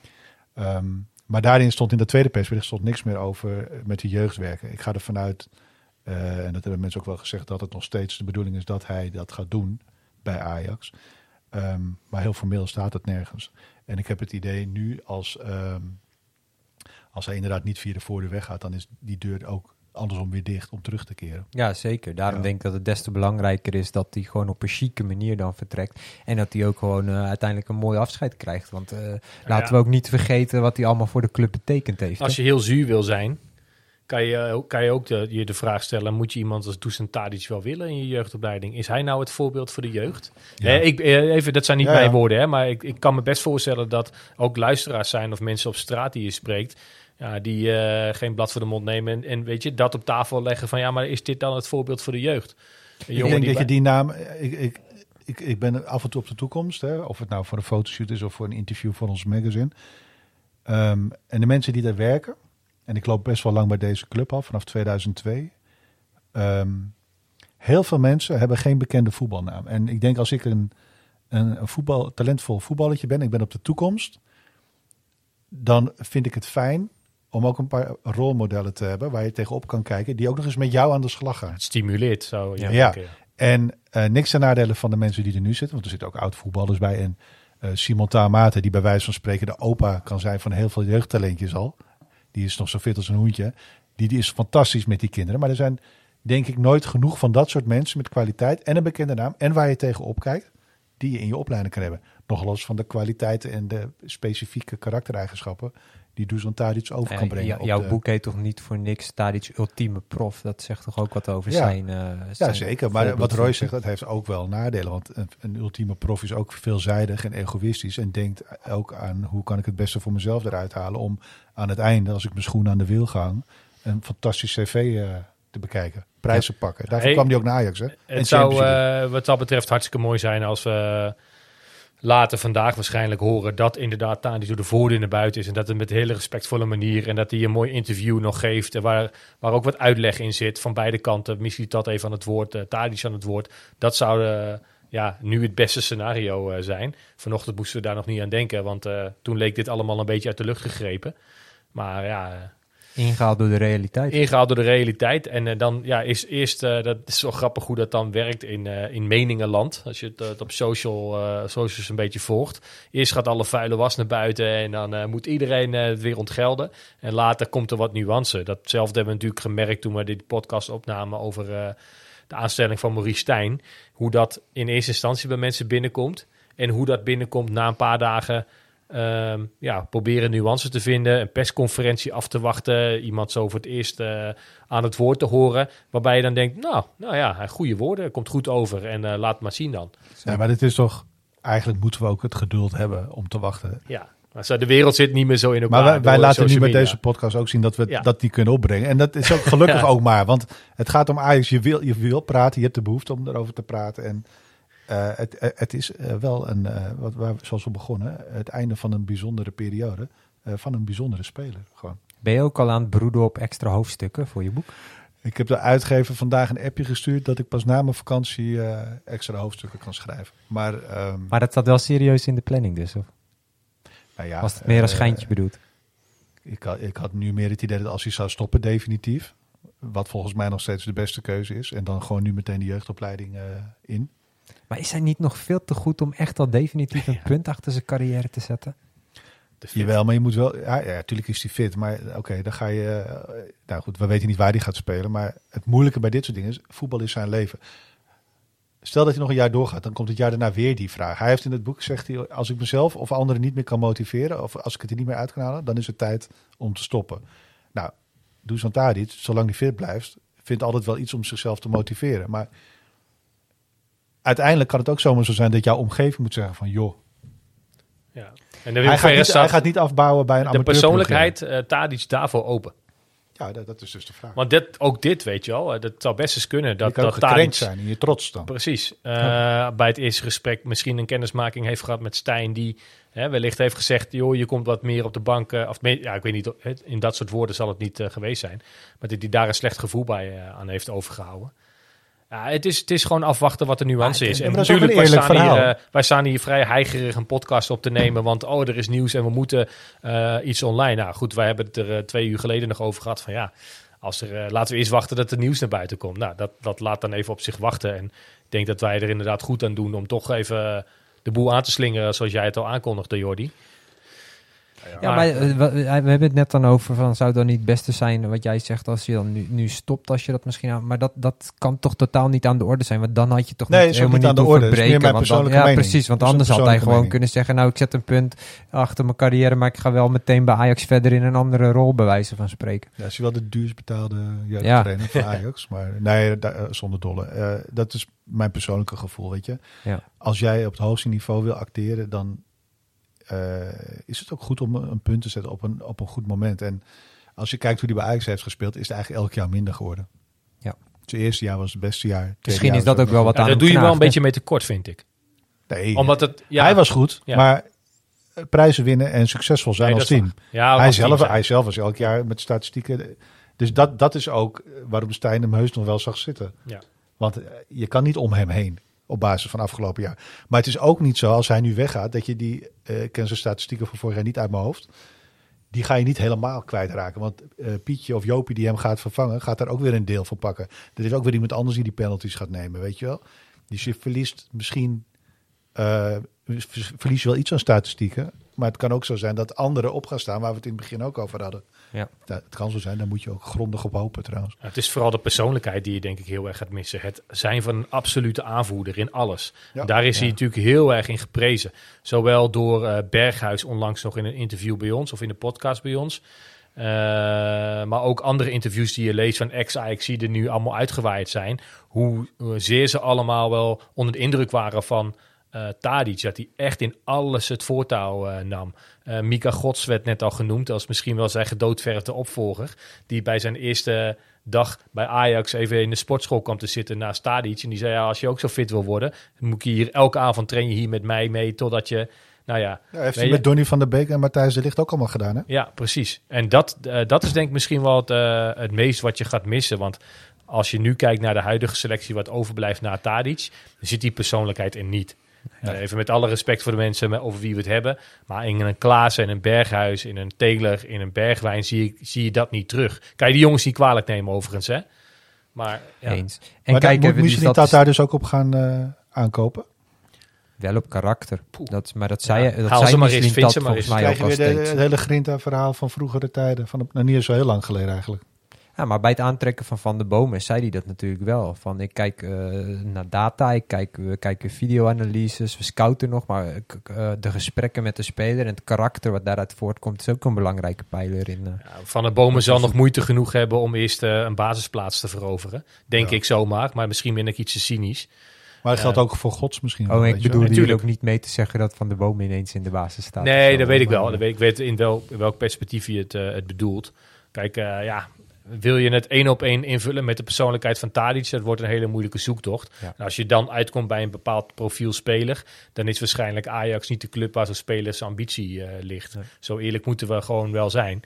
Um, maar daarin stond in dat tweede persbericht stond niks meer over met de jeugd werken. Ik ga ervan uit, uh, en dat hebben mensen ook wel gezegd, dat het nog steeds de bedoeling is dat hij dat gaat doen bij Ajax. Um, maar heel formeel staat het nergens. En ik heb het idee nu als, um, als hij inderdaad niet via de voordeur weggaat, dan is die deur ook andersom weer dicht om terug te keren. Ja, zeker. Daarom Ja. denk ik dat het des te belangrijker is dat hij gewoon op een chique manier dan vertrekt. En dat hij ook gewoon uh, uiteindelijk een mooi afscheid krijgt. Want uh, laten ja. we ook niet vergeten wat hij allemaal voor de club betekend heeft. Als hè? je heel zuur wil zijn, kan je, kan je ook de, je de vraag stellen, moet je iemand als Dusan Tadic wel willen in je jeugdopleiding? Is hij nou het voorbeeld voor de jeugd? Ja. Eh, ik, eh, even, dat zijn niet Ja, mijn ja. woorden, hè, maar ik, ik kan me best voorstellen dat ook luisteraars zijn of mensen op straat die je spreekt, ja, die uh, geen blad voor de mond nemen en, en weet je, dat op tafel leggen van ja, maar is dit dan het voorbeeld voor de jeugd? Een Ik denk dat je die naam... Ik, ik, ik, ik ben af en toe op de toekomst, hè, of het nou voor een fotoshoot is of voor een interview voor ons magazine. Um, en de mensen die daar werken, en ik loop best wel lang bij deze club al, vanaf tweeduizend twee. Um, heel veel mensen hebben geen bekende voetbalnaam. En ik denk als ik een, een, een voetbal, talentvol voetballetje ben, ik ben op de toekomst, dan vind ik het fijn om ook een paar rolmodellen te hebben waar je tegenop kan kijken, die ook nog eens met jou aan de slag gaan. Het stimuleert, zo. Ja, Ja, ja. En uh, niks ten nadele van de mensen die er nu zitten, want er zitten ook oud-voetballers bij. En uh, Simon Taamate, die bij wijze van spreken de opa kan zijn van heel veel jeugdtalentjes al. Die is nog zo fit als een hoentje. Die, die is fantastisch met die kinderen. Maar er zijn denk ik nooit genoeg van dat soort mensen met kwaliteit en een bekende naam en waar je tegenop kijkt, die je in je opleiding kan hebben. Nog los van de kwaliteiten en de specifieke karaktereigenschappen die Dusan Tadic over kan brengen. Ja, jouw de... boek heet toch niet voor niks Tadic Ultieme Prof? Dat zegt toch ook wat over ja. zijn... Uh, zijn ja, zeker. Maar wat Roy zegt, dat heeft ook wel nadelen. Want een, een ultieme prof is ook veelzijdig en egoïstisch. En denkt ook aan hoe kan ik het beste voor mezelf eruit halen. Om aan het einde, als ik mijn schoenen aan de wiel ga, een fantastisch cv uh, te bekijken. Prijzen ja. pakken. Daarvoor hey, kwam hij ook naar Ajax. Hè? Het en zou uh, wat dat betreft hartstikke mooi zijn als we... Uh, later vandaag waarschijnlijk horen dat inderdaad Tadic door de voordeur naar buiten is. En dat het met een hele respectvolle manier. En dat hij een mooi interview nog geeft. Waar, waar ook wat uitleg in zit van beide kanten. Misschien dat even aan het woord, uh, Tadic aan het woord. Dat zou uh, ja, nu het beste scenario uh, zijn. Vanochtend moesten we daar nog niet aan denken. Want uh, toen leek dit allemaal een beetje uit de lucht gegrepen. Maar ja... Uh, Ingehaald door de realiteit. Ingehaald door de realiteit. En uh, dan ja, is eerst, uh, dat is wel grappig hoe dat dan werkt in, uh, in meningenland. Als je het, uh, het op social, uh, socials een beetje volgt. Eerst gaat alle vuile was naar buiten en dan uh, moet iedereen uh, het weer ontgelden. En later komt er wat nuance. Datzelfde hebben we natuurlijk gemerkt toen we dit podcast opnamen over uh, de aanstelling van Maurice Stijn. Hoe dat in eerste instantie bij mensen binnenkomt. En hoe dat binnenkomt na een paar dagen... Um, ja, proberen nuances te vinden, een persconferentie af te wachten, iemand zo voor het eerst uh, aan het woord te horen, waarbij je dan denkt, nou, nou ja, goede woorden, komt goed over en uh, laat maar zien dan. Ja, maar dit is toch, eigenlijk moeten we ook het geduld hebben om te wachten. Ja, maar de wereld zit niet meer zo in elkaar. Maar wij, wij laten nu met media. deze podcast ook zien dat we ja. dat niet kunnen opbrengen. En dat is ook gelukkig ja. ook maar, want het gaat om Ajax, je wil, je wil praten, je hebt de behoefte om erover te praten en... Uh, het, het is uh, wel een, uh, wat, waar, zoals we begonnen, het einde van een bijzondere periode, uh, van een bijzondere speler. Gewoon. Ben je ook al aan het broeden op extra hoofdstukken voor je boek? Ik heb de uitgever vandaag een appje gestuurd dat ik pas na mijn vakantie uh, extra hoofdstukken kan schrijven. Maar, um, maar dat staat wel serieus in de planning dus? Of? Nou ja, was het meer als uh, schijntje bedoeld? Ik had, ik had nu meer het idee dat als hij zou stoppen definitief, wat volgens mij nog steeds de beste keuze is, en dan gewoon nu meteen de jeugdopleiding uh, in. Maar is hij niet nog veel te goed om echt al definitief een ja. punt achter zijn carrière te zetten? Jawel, maar je moet wel... Ja, ja natuurlijk is hij fit, maar oké, okay, dan ga je... Uh, nou goed, we weten niet waar hij gaat spelen, maar het moeilijke bij dit soort dingen is, voetbal is zijn leven. Stel dat hij nog een jaar doorgaat, dan komt het jaar daarna weer die vraag. Hij heeft in het boek gezegd, hij, als ik mezelf of anderen niet meer kan motiveren, of als ik het er niet meer uit kan halen, dan is het tijd om te stoppen. Nou, Dusan Tadic, zolang hij fit blijft, vindt altijd wel iets om zichzelf te motiveren, maar... Uiteindelijk kan het ook zomaar zo zijn dat jouw omgeving moet zeggen van joh. Ja. En hij, gaat niet, hij gaat niet afbouwen bij een de amateur. De persoonlijkheid, uh, Tadic daarvoor open. Ja, dat, dat is dus de vraag. Want dit, ook dit, weet je wel, dat zou best eens kunnen. Dat, je kan dat ook gekrenkt zijn in je trots dan. Precies. Uh, ja. Bij het eerste gesprek misschien een kennismaking heeft gehad met Stijn die hè, wellicht heeft gezegd, joh, je komt wat meer op de bank. Uh, of meer, ja, ik weet niet, in dat soort woorden zal het niet uh, geweest zijn. Maar dat hij daar een slecht gevoel bij uh, aan heeft overgehouden. Ja, het is, het is gewoon afwachten wat de nuance ja, is. En natuurlijk, wij staan, hier, uh, wij staan hier vrij heigerig een podcast op te nemen. Want oh, er is nieuws en we moeten uh, iets online. Nou goed, wij hebben het er uh, twee uur geleden nog over gehad. Van ja, als er, uh, laten we eerst wachten dat er nieuws naar buiten komt. Nou, dat, dat laat dan even op zich wachten. En ik denk dat wij er inderdaad goed aan doen om toch even uh, de boel aan te slingeren. Zoals jij het al aankondigde, Jordi. Ja, ja, maar uh, we, we hebben het net dan over van zou het dan niet het beste zijn wat jij zegt als je dan nu, nu stopt als je dat misschien aan, maar dat, dat kan toch totaal niet aan de orde zijn, want dan had je toch nee, niet, helemaal niet aan niet de orde. breken. Mijn want dan, ja, mening. precies, want anders had hij gewoon mening. kunnen zeggen, nou ik zet een punt achter mijn carrière, maar ik ga wel meteen bij Ajax verder in een andere rol bij wijze van spreken. Ja, is hij wel de duurst betaalde jeugdtrainer ja. van Ajax, maar nee, da, zonder dolle. Uh, dat is mijn persoonlijke gevoel, weet je. Ja. Als jij op het hoogste niveau wil acteren, dan Uh, is het ook goed om een punt te zetten op een, op een goed moment. En als je kijkt hoe hij bij Ajax heeft gespeeld, is het eigenlijk elk jaar minder geworden. Ja. Zijn eerste jaar was het beste jaar. Misschien is dat ook wel wat ja, aan dat doe je knaagt, wel een beetje mee tekort, vind ik. Nee, Omdat het, ja. hij was goed, ja. maar prijzen winnen en succesvol zijn nee, als team. Ja, hij, als zelf, team hij zelf was elk jaar met statistieken. Dus dat, dat is ook waarom Stijn hem heus nog wel zag zitten. Ja. Want je kan niet om hem heen. Op basis van afgelopen jaar. Maar het is ook niet zo als hij nu weggaat. Dat je die, uh, ik ken zijn statistieken van vorig jaar niet uit mijn hoofd. Die ga je niet helemaal kwijtraken. Want uh, Pietje of Jopie die hem gaat vervangen. Gaat daar ook weer een deel van pakken. Er is ook weer iemand anders die die penalties gaat nemen. Weet je wel. Dus je verliest misschien uh, verlies je wel iets aan statistieken. Maar het kan ook zo zijn dat anderen op gaan staan, waar we het in het begin ook over hadden. Ja. Dat, het kan zo zijn, daar moet je ook grondig op hopen trouwens. Het is vooral de persoonlijkheid die je denk ik heel erg gaat missen. Het zijn van een absolute aanvoerder in alles. Ja. Daar is Ja. hij natuurlijk heel erg in geprezen. Zowel door uh, Berghuis onlangs nog in een interview bij ons of in de podcast bij ons. Uh, maar ook andere interviews die je leest van ex-Ajax die er nu allemaal uitgewaaid zijn. Hoe, hoe zeer ze allemaal wel onder de indruk waren van uh, Tadic. Dat hij echt in alles het voortouw uh, nam. Uh, Mika Gods werd net al genoemd als misschien wel zijn gedoodverfde opvolger. Die bij zijn eerste dag bij Ajax even in de sportschool kwam te zitten naast Tadic. En die zei, ja, als je ook zo fit wil worden, dan moet je hier elke avond train je hier met mij mee totdat je... Nou ja, Ja, heeft hij met Donny van der Beek en Matthijs de Ligt ook allemaal gedaan, hè? Ja, precies. En dat, uh, dat is denk ik misschien wel het, uh, het meest wat je gaat missen. Want als je nu kijkt naar de huidige selectie wat overblijft na Tadic, dan zit die persoonlijkheid er niet. Ja. Uh, even met alle respect voor de mensen over wie we het hebben. Maar in een Klaassen, in een Berghuis, in een Taylor, in een Bergwijn zie je, zie je dat niet terug. Kan je die jongens niet kwalijk nemen overigens, hè? Maar, ja. Eens. En maar kijk, moet even misschien dat daar dus ook op gaan uh, aankopen? Wel op karakter. Dat, maar dat Ja, zei, dat haal zei ze maar Michelin eens, vind dat ze maar volgens eens. mij Krijg ook je al weer de, steeds. het hele Grinta-verhaal van vroegere tijden. Van, nou, niet eens zo heel lang geleden eigenlijk. Ja, maar bij het aantrekken van Van der Bomen zei hij dat natuurlijk wel. Van ik kijk uh, naar data, ik kijk, we kijken videoanalyses, we scouten nog. Maar uh, de gesprekken met de speler en het karakter wat daaruit voortkomt is ook een belangrijke pijler in. Uh, Ja, Van der Bomen zal nog moeite genoeg hebben om eerst uh, een basisplaats te veroveren. Denk Ja. ik zomaar, maar misschien ben ik iets te cynisch. Maar dat geldt Ja. ook voor Gods misschien. oh, wel, ik weet je bedoelde wel. hier Natuurlijk. ook niet mee te zeggen dat Van der Bomen ineens in de basis staat. of Nee, zo, dat weet ik maar, wel. Dat weet, ik weet in wel, welk perspectief je het, uh, het bedoelt. Kijk, uh, ja, wil je het één op één invullen met de persoonlijkheid van Tadic, dat wordt een hele moeilijke zoektocht. Ja. En als je dan uitkomt bij een bepaald profiel speler, dan is waarschijnlijk Ajax niet de club waar zo'n spelers ambitie uh, ligt. Nee. Zo eerlijk moeten we gewoon wel zijn.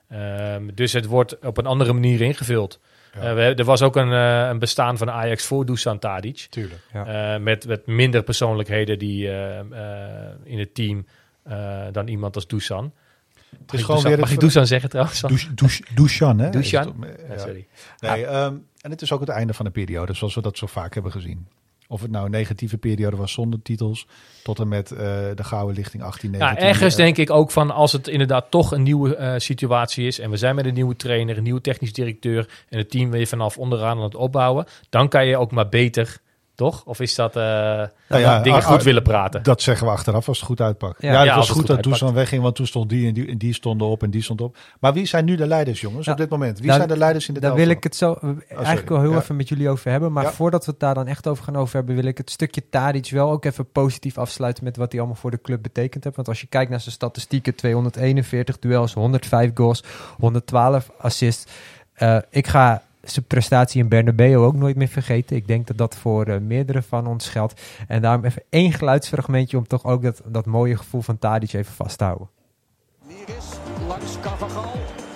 Um, dus het wordt op een andere manier ingevuld. Ja. Uh, we, er was ook een, uh, een bestaan van Ajax voor Dusan Tadic. Tuurlijk. Ja. Uh, met, met minder persoonlijkheden die, uh, uh, in het team uh, dan iemand als Dusan. Het is gewoon weer Mag het ik Dusan zeggen trouwens? Douche- douche- Dusan, hè? Dusan? Is het- Ja, ja. sorry. Nee, um, en het is ook het einde van de periode, zoals we dat zo vaak hebben gezien. Of het nou een negatieve periode was zonder titels, tot en met uh, de gouden lichting achttien negentien. Ja, ergens denk ik ook van als het inderdaad toch een nieuwe uh, situatie is en we zijn met een nieuwe trainer, een nieuwe technisch directeur en het team weer vanaf onderaan aan het opbouwen, dan kan je ook maar beter, toch? Of is dat uh, Nou ja, dingen ah, goed ah, willen praten? Dat zeggen we achteraf als het goed uitpakt. Ja, Ja, het ja, was als het goed goed dat Dusan uitpakt. wegging, want toen stond die en die, en die stonden op en die stond op. Maar wie zijn nu de leiders, jongens, Ja, op dit moment? Wie daar- zijn de leiders in de Daar wil ik het zo uh, eigenlijk wel heel Ja. even met jullie over hebben. Maar Ja. voordat we het daar dan echt over gaan over hebben, wil ik het stukje Tadic wel ook even positief afsluiten met wat hij allemaal voor de club betekend heeft. Want als je kijkt naar zijn statistieken, tweehonderdeenenveertig duels, honderdvijf goals, honderdtwaalf assists. Uh, ik ga zijn prestatie in Bernabeu ook nooit meer vergeten. Ik denk dat dat voor uh, meerdere van ons geldt. En daarom even één geluidsfragmentje om toch ook dat, dat mooie gevoel van Tadic even vast te houden. Neres langs Carvajal.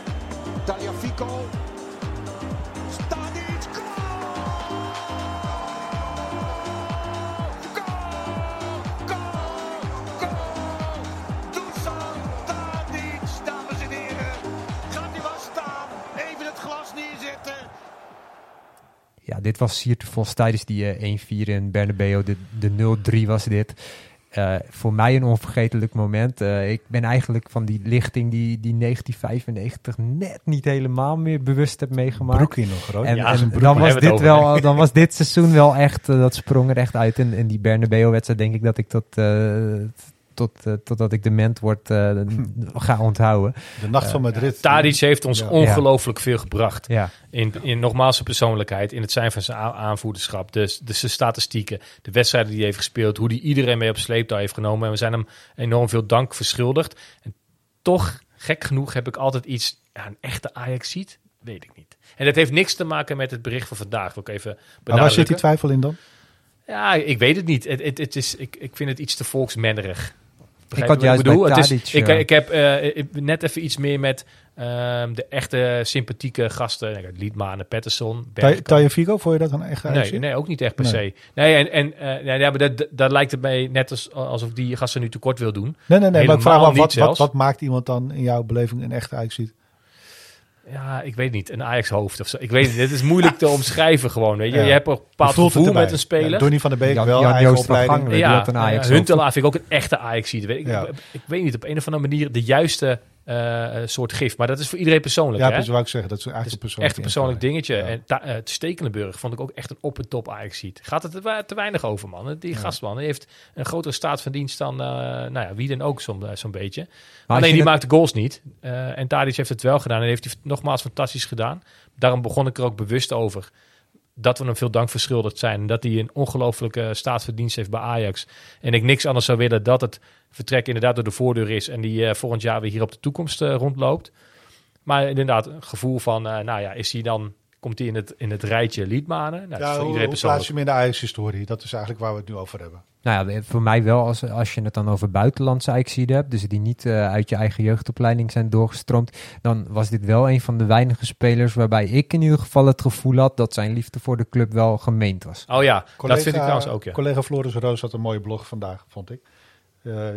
Tagliafico. Tadic. Goal! Goal! Goal! Goal! Dusan Tadic, dames en heren. Gaat hij wel staan? Even het glas neerzetten. Ja, dit was Siertevos tijdens die uh, één vier in Bernabeu. De, de nul drie was dit. Uh, voor mij een onvergetelijk moment. Uh, ik ben eigenlijk van die lichting die, die negentien vijfennegentig net niet helemaal meer bewust heb meegemaakt. Broekie nog, hoor. En, Ja, en zijn broek, dan, daar was hebben we dit het over, wel, dan was dit seizoen wel echt, uh, dat sprong er echt uit. In, in die Bernabeu-wedstrijd denk ik dat ik dat, uh, tot, uh, totdat ik dement word, uh, ga onthouden. De nacht van Madrid. Tadic heeft ons Ja. ongelooflijk veel gebracht. Ja, In, in nogmaals zijn persoonlijkheid, in het zijn van zijn a- aanvoederschap, de, de zijn statistieken, de wedstrijden die hij heeft gespeeld, hoe hij iedereen mee op sleeptouw heeft genomen. En we zijn hem enorm veel dank verschuldigd. En toch, gek genoeg, heb ik altijd iets, ja, een echte Ajax-ziet, weet ik niet. En dat heeft niks te maken met het bericht van vandaag, wil ik even Maar waar zit benadrukken. die twijfel in dan? Ja, ik weet het niet. Het, het, het is, ik, ik vind het iets te volksmannerig. Begrijp had je wat juist bedoel? bij Het is, Tadic, ik, ja. ik heb uh, net even iets meer met um, de echte sympathieke gasten. Liedmanen, Patterson, Bergkamp. Tagliafico, vond je dat een echt Nee, Ajax-ziet? nee, ook niet echt per Nee. se. Nee, en, en uh, ja, ja, maar dat, dat, dat lijkt het mij net als, alsof ik die gasten nu tekort wil doen. Nee, nee, nee. Maar ik vraag Helemaal me af, wat, niet wat, zelfs. wat maakt iemand dan in jouw beleving een echte Ajax-ziet? Ja, ik weet niet. Een Ajax-hoofd of zo. Ik weet niet. Het is moeilijk te omschrijven gewoon. Weet je, Ja. je hebt een bepaald Je voelt het gevoel erbij. met een speler. Ja, Donny van der Beek Jan- wel, Jan eigen Joost van opleiding. Gangelen. Ja, had een Ajax uh, Huntelaar vind ik ook een echte Ajax-ziet. Ik, Ja. ik, ik weet niet, op een of andere manier de juiste uh, soort gif. Maar dat is voor iedereen persoonlijk. Ja, hè? dat wou ik zeggen. Dat is Het eigenlijk is een persoonlijk echt een persoonlijk dingetje. Ja. En ta- uh, Stekelenburg vond ik ook echt een op en top Ajax-ziet. Gaat het te, we- te weinig over, man. Die Ja. gastman die heeft een grotere staat van dienst dan uh, nou ja, wie dan ook zo'n, uh, zo'n beetje. als Alleen je die het- maakte goals niet. Uh, en Tadic heeft het wel gedaan. En heeft hij nogmaals fantastisch gedaan. Daarom begon ik er ook bewust over dat we hem veel dank verschuldigd zijn. En dat hij een ongelofelijke staat van dienst heeft bij Ajax. En ik niks anders zou willen dat het vertrek inderdaad door de voordeur is. En die uh, volgend jaar weer hier op de toekomst uh, rondloopt. Maar inderdaad, een gevoel van, uh, nou ja, is hij dan, komt hij in het, in het rijtje Liedmanen? Nou, dat is Ja, voor hoe, iedereen hoe plaats persoonlijk. je hem in de Ajax-historie? Dat is eigenlijk waar we het nu over hebben. Nou ja, voor mij wel, als, als je het dan over buitenlandse Ajaxiden hebt, dus die niet uh, uit je eigen jeugdopleiding zijn doorgestroomd, dan was dit wel een van de weinige spelers waarbij ik in ieder geval het gevoel had dat zijn liefde voor de club wel gemeend was. Oh ja, Collega, dat vind ik trouwens ook, ja. Collega Floris Roos had een mooie blog vandaag, vond ik. Uh,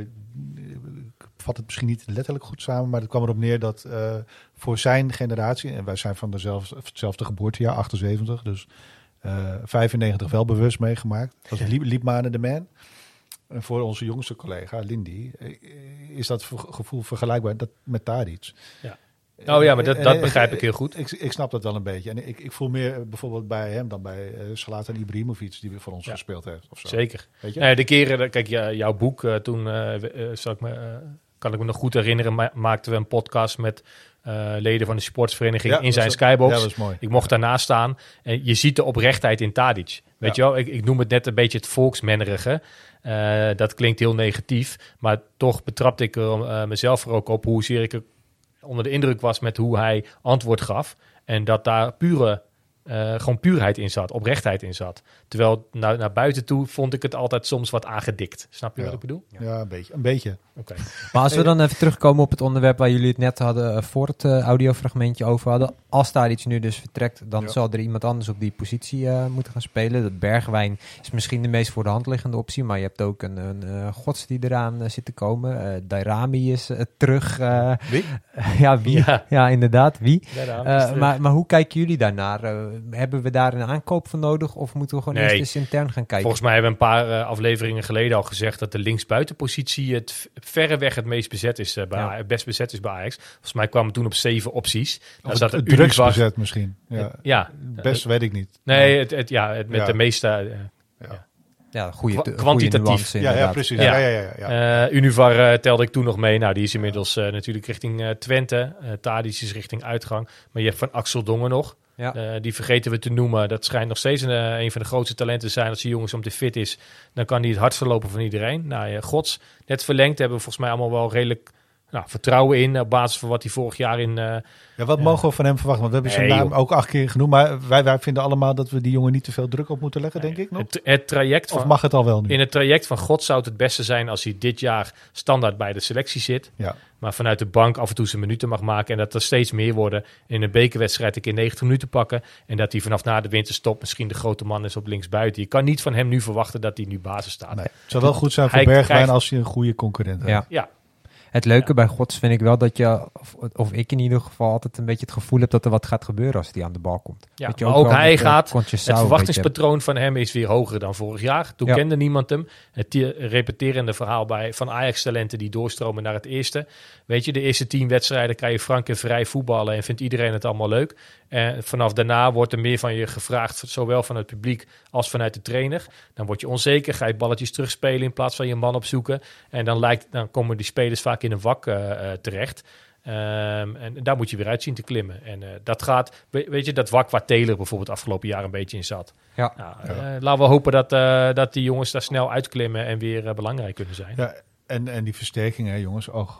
ik vat het misschien niet letterlijk goed samen, maar het kwam erop neer dat uh, voor zijn generatie, en wij zijn van dezelfde, hetzelfde geboortejaar, achtenzeventig, dus uh, vijfennegentig wel bewust meegemaakt. Dat was Liedmanen de man. En voor onze jongste collega, Lindy, is dat gevoel vergelijkbaar dat met Tadic. Ja. Oh ja, maar dat, dat begrijp ik heel goed. Ik, ik snap dat wel een beetje. En ik, ik voel meer bijvoorbeeld bij hem dan bij uh, Zlatan Ibrahimovic, die voor ons ja. gespeeld heeft. Of zo. Zeker. Weet je? Nee, de keren, kijk, ja, jouw boek, uh, toen uh, uh, zal ik me, uh, kan ik me nog goed herinneren, ma- maakten we een podcast met uh, leden van de sportsvereniging ja, in zijn dat, skybox. Ja, dat was mooi. Ik mocht daarnaast staan en je ziet de oprechtheid in Tadic. Weet ja. je wel, ik, ik noem het net een beetje het volksmannerige. Uh, dat klinkt heel negatief, maar toch betrapte ik er uh, mezelf er ook op hoezeer ik er onder de indruk was met hoe hij antwoord gaf. En dat daar pure, uh, gewoon puurheid in zat, oprechtheid in zat. Terwijl naar, naar buiten toe vond ik het altijd soms wat aangedikt. Snap je ja. wat ik bedoel? Ja, ja een beetje. Een beetje. Okay. Maar als we dan even terugkomen op het onderwerp waar jullie het net hadden uh, voor het uh, audiofragmentje over hadden. Als daar iets nu dus vertrekt, dan ja. zal er iemand anders op die positie uh, moeten gaan spelen. Dat Bergwijn is misschien de meest voor de hand liggende optie, maar je hebt ook een, een uh, gods die eraan uh, zit te komen. Uh, Dairami is uh, terug. Uh, wie? ja, wie? Ja. ja, inderdaad, wie? Uh, maar, maar hoe kijken jullie daarnaar? Uh, hebben we daar een aankoop voor nodig of moeten we gewoon nee. eerst eens intern gaan kijken? Volgens mij hebben we een paar uh, afleveringen geleden al gezegd dat de linksbuitenpositie het verreweg het meest bezet is, uh, bij ja. het best bezet is bij Ajax. Volgens mij kwamen we toen op zeven opties. Daar zat het drugs bezet misschien. Ja, het, ja. best weet ik niet. Nee, het, het, ja, het, met ja. de meeste... Uh, ja. Ja, goede, Qu- kwantitatief. Nuance, ja, ja, precies. Ja. Ja, ja, ja, ja. Uh, Univar uh, telde ik toen nog mee. Nou, die is inmiddels uh, natuurlijk richting uh, Twente. Uh, Tadic is richting uitgang. Maar je hebt Van Axel Dongen nog. Ja. Uh, die vergeten we te noemen. Dat schijnt nog steeds een, uh, een van de grootste talenten te zijn. Als die jongens om te fit is, dan kan hij het hardst verlopen van iedereen. Nou, uh, Gods, net verlengd, hebben we volgens mij allemaal wel redelijk nou, vertrouwen in. Op basis van wat hij vorig jaar in... Uh, ja, wat uh, mogen we van hem verwachten? Want we hebben nee, zijn naam joh. ook acht keer genoemd. Maar wij, wij vinden allemaal dat we die jongen niet te veel druk op moeten leggen, nee, denk ik nog. Het, het traject van, of mag het al wel nu? In het traject van God zou het het beste zijn als hij dit jaar standaard bij de selectie zit. Ja. Maar vanuit de bank af en toe zijn minuten mag maken. En dat er steeds meer worden. In een bekerwedstrijd een keer negentig minuten pakken. En dat hij vanaf na de winterstop misschien de grote man is op linksbuiten. Je kan niet van hem nu verwachten dat hij nu basis staat. Nee. Het zou wel goed zijn voor Bergwijn krijgt... als je een goede concurrent hebt. Ja. ja. Het leuke ja. bij Gods vind ik wel dat je, of, of ik in ieder geval altijd een beetje het gevoel heb dat er wat gaat gebeuren als hij aan de bal komt. Ja, je, maar ook, ook hij met, gaat, uh, het verwachtingspatroon van hem is weer hoger dan vorig jaar. Toen ja. kende niemand hem. Het repeterende verhaal bij, van Ajax-talenten die doorstromen naar het eerste. Weet je, de eerste tien wedstrijden kan je frank en vrij voetballen en vindt iedereen het allemaal leuk. En vanaf daarna wordt er meer van je gevraagd, zowel van het publiek als vanuit de trainer. Dan word je onzeker, ga je balletjes terugspelen in plaats van je man opzoeken. En dan, lijkt, dan komen die spelers vaak in een wak uh, uh, terecht. Um, en daar moet je weer uit zien te klimmen. En uh, dat gaat, weet je, dat wak waar Taylor bijvoorbeeld afgelopen jaar een beetje in zat. Ja. Nou, uh, ja. Laten we hopen dat, uh, dat die jongens daar snel uitklimmen en weer uh, belangrijk kunnen zijn. Ja, en, en die versterking, hè, jongens. Oh,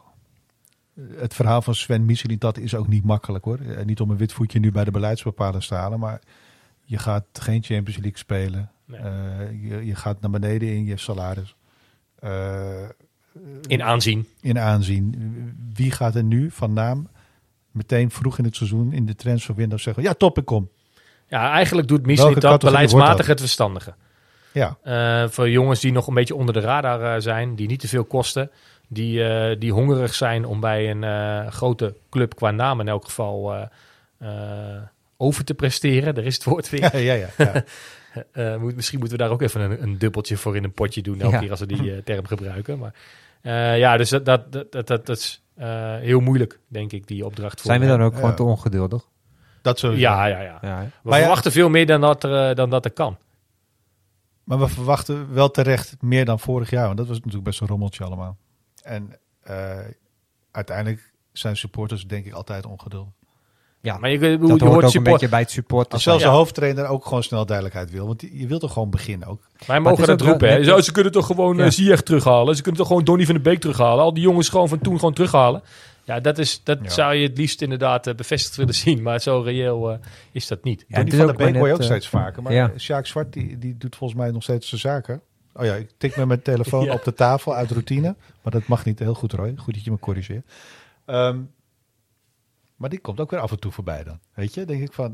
het verhaal van Sven Misselin, dat is ook niet makkelijk, hoor. Uh, niet om een wit voetje nu bij de beleidsbepalers te halen, maar je gaat geen Champions League spelen. Nee. Uh, je, je gaat naar beneden in je salaris. Uh, in aanzien. In aanzien. Wie gaat er nu van naam meteen vroeg in het seizoen in de transferwindow zeggen, ja top, ik kom. Ja, eigenlijk doet Misselin dat beleidsmatig het verstandige. Ja. Uh, voor jongens die nog een beetje onder de radar uh, zijn, die niet te veel kosten, die, uh, die hongerig zijn om bij een uh, grote club qua naam in elk geval uh, uh, over te presteren. Daar is het woord weer. Ja, ja, ja. ja. uh, moet, misschien moeten we daar ook even een, een dubbeltje voor in een potje doen. Elke Ja. keer als we die uh, term gebruiken. Maar uh, ja, dus dat, dat, dat, dat, dat, dat is uh, heel moeilijk, denk ik, die opdracht. Voor Zijn we dan ook Ja. gewoon te ongeduldig? Dat sowieso. Ja, ja, ja. Ja, hè? We Maar ja- verwachten veel meer dan dat, er, uh, dan dat er kan. Maar we verwachten wel terecht meer dan vorig jaar. Want dat was natuurlijk best een rommeltje allemaal. En uh, uiteindelijk zijn supporters denk ik altijd ongeduldig. Ja, Maar je, je, dat je hoort hoort ook een support. beetje bij het supporters. Als zelfs Ja. de hoofdtrainer ook gewoon snel duidelijkheid wil. Want je wilt toch gewoon beginnen ook. Wij Maar mogen het is dat ook roepen. wel Hè. net- Zo, ze kunnen toch gewoon Ja. uh, Ziyech terughalen. Ze kunnen toch gewoon Donny van de Beek terughalen. Al die jongens gewoon van toen gewoon terughalen. Ja, dat, is, dat Ja. zou je het liefst inderdaad uh, bevestigd willen zien. Maar zo reëel uh, is dat niet. Ja, Donny het is van ook der Beek maar hoor je ook net, eh, steeds vaker. Maar ja. Sjaak Zwart die, die doet volgens mij nog steeds zijn zaken. Oh ja, ik tik met mijn telefoon Ja. op de tafel uit routine. Maar dat mag niet. Heel goed, Roy. Goed dat je me corrigeert. Um, maar die komt ook weer af en toe voorbij dan. Weet je, denk ik van...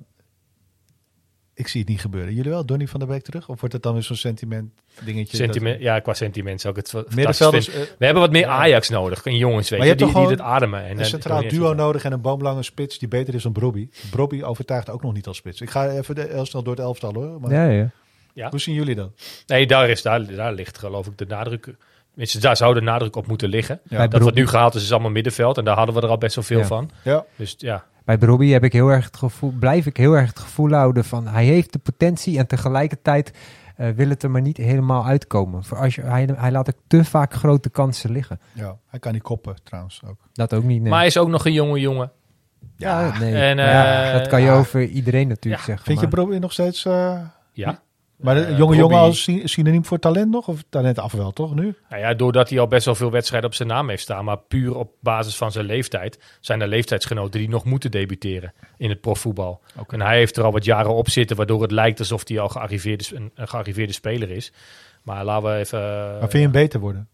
Ik zie het niet gebeuren. Jullie wel, Donny van der Beek terug? Of wordt het dan weer zo'n sentiment dingetje? Sentiment, ja, qua sentiment zou ik het fantastisch Middenvelders, vinden. uh, We hebben wat meer ja. Ajax nodig. En jongens, weet Maar je je, hebt die, toch die gewoon het ademen. En, een en- centraal en- duo nodig en een boomlange spits die beter is dan Brobby. Brobby overtuigt ook nog niet als spits. Ik ga even de, heel snel door het elftal hoor. Maar Ja, ja. Ja. hoe zien jullie dat? Nee, daar, is, daar, daar ligt geloof ik de nadruk. Tenminste, daar zou de nadruk op moeten liggen. Ja. Bij Dat wat Brobby- nu gehaald is, is allemaal middenveld. En daar hadden we er al best wel veel Ja. van. Ja. Dus ja, Bij Brobby heb ik heel erg het gevoel, blijf ik heel erg het gevoel houden van hij heeft de potentie en tegelijkertijd uh, wil het er maar niet helemaal uitkomen. Voor als je, hij, hij laat ook te vaak grote kansen liggen. Ja, hij kan niet koppen trouwens ook. Dat ook niet. Nee. maar hij is ook nog een jonge jongen. ja, nee. en, uh, ja, dat kan je ja. over iedereen natuurlijk Ja. zeggen. Vind je maar- Brobby nog steeds... Uh, Ja. maar de Uh, jonge Brobby- jongen als sy- synoniem voor talent nog? Of talent af wel, toch nu? Nou ja, doordat hij al best wel veel wedstrijden op zijn naam heeft staan. Maar puur op basis van zijn leeftijd zijn er leeftijdsgenoten die nog moeten debuteren in het profvoetbal. Oké. En hij heeft er al wat jaren op zitten, waardoor het lijkt alsof hij al gearriveerde, een, een gearriveerde speler is. Maar laten we even... Maar vind je hem beter worden?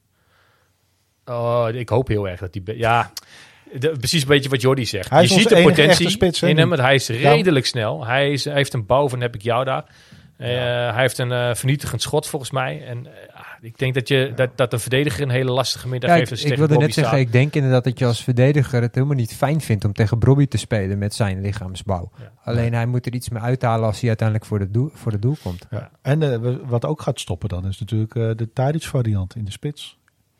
Oh, ik hoop heel erg dat hij... be- Ja, de- precies een beetje wat Jordi zegt. Hij is je onze ziet de enige potentie echte spits, hè, in nu. hem, want hij is redelijk snel. Hij, is, hij heeft een bouw van heb ik jou daar. Uh, hij heeft een uh, vernietigend schot volgens mij. En uh, ik denk dat, je, dat, dat een verdediger een hele lastige middag Ja, ik, heeft. als je ik tegen wilde net Bobby zeggen, staat. ik denk inderdaad dat je als verdediger het helemaal niet fijn vindt om tegen Brobby te spelen met zijn lichaamsbouw. Ja. Alleen hij moet er iets mee uithalen als hij uiteindelijk voor de doel, voor de doel komt. Ja. En uh, we- wat ook gaat stoppen dan is natuurlijk uh, de Tadic variant in de spits.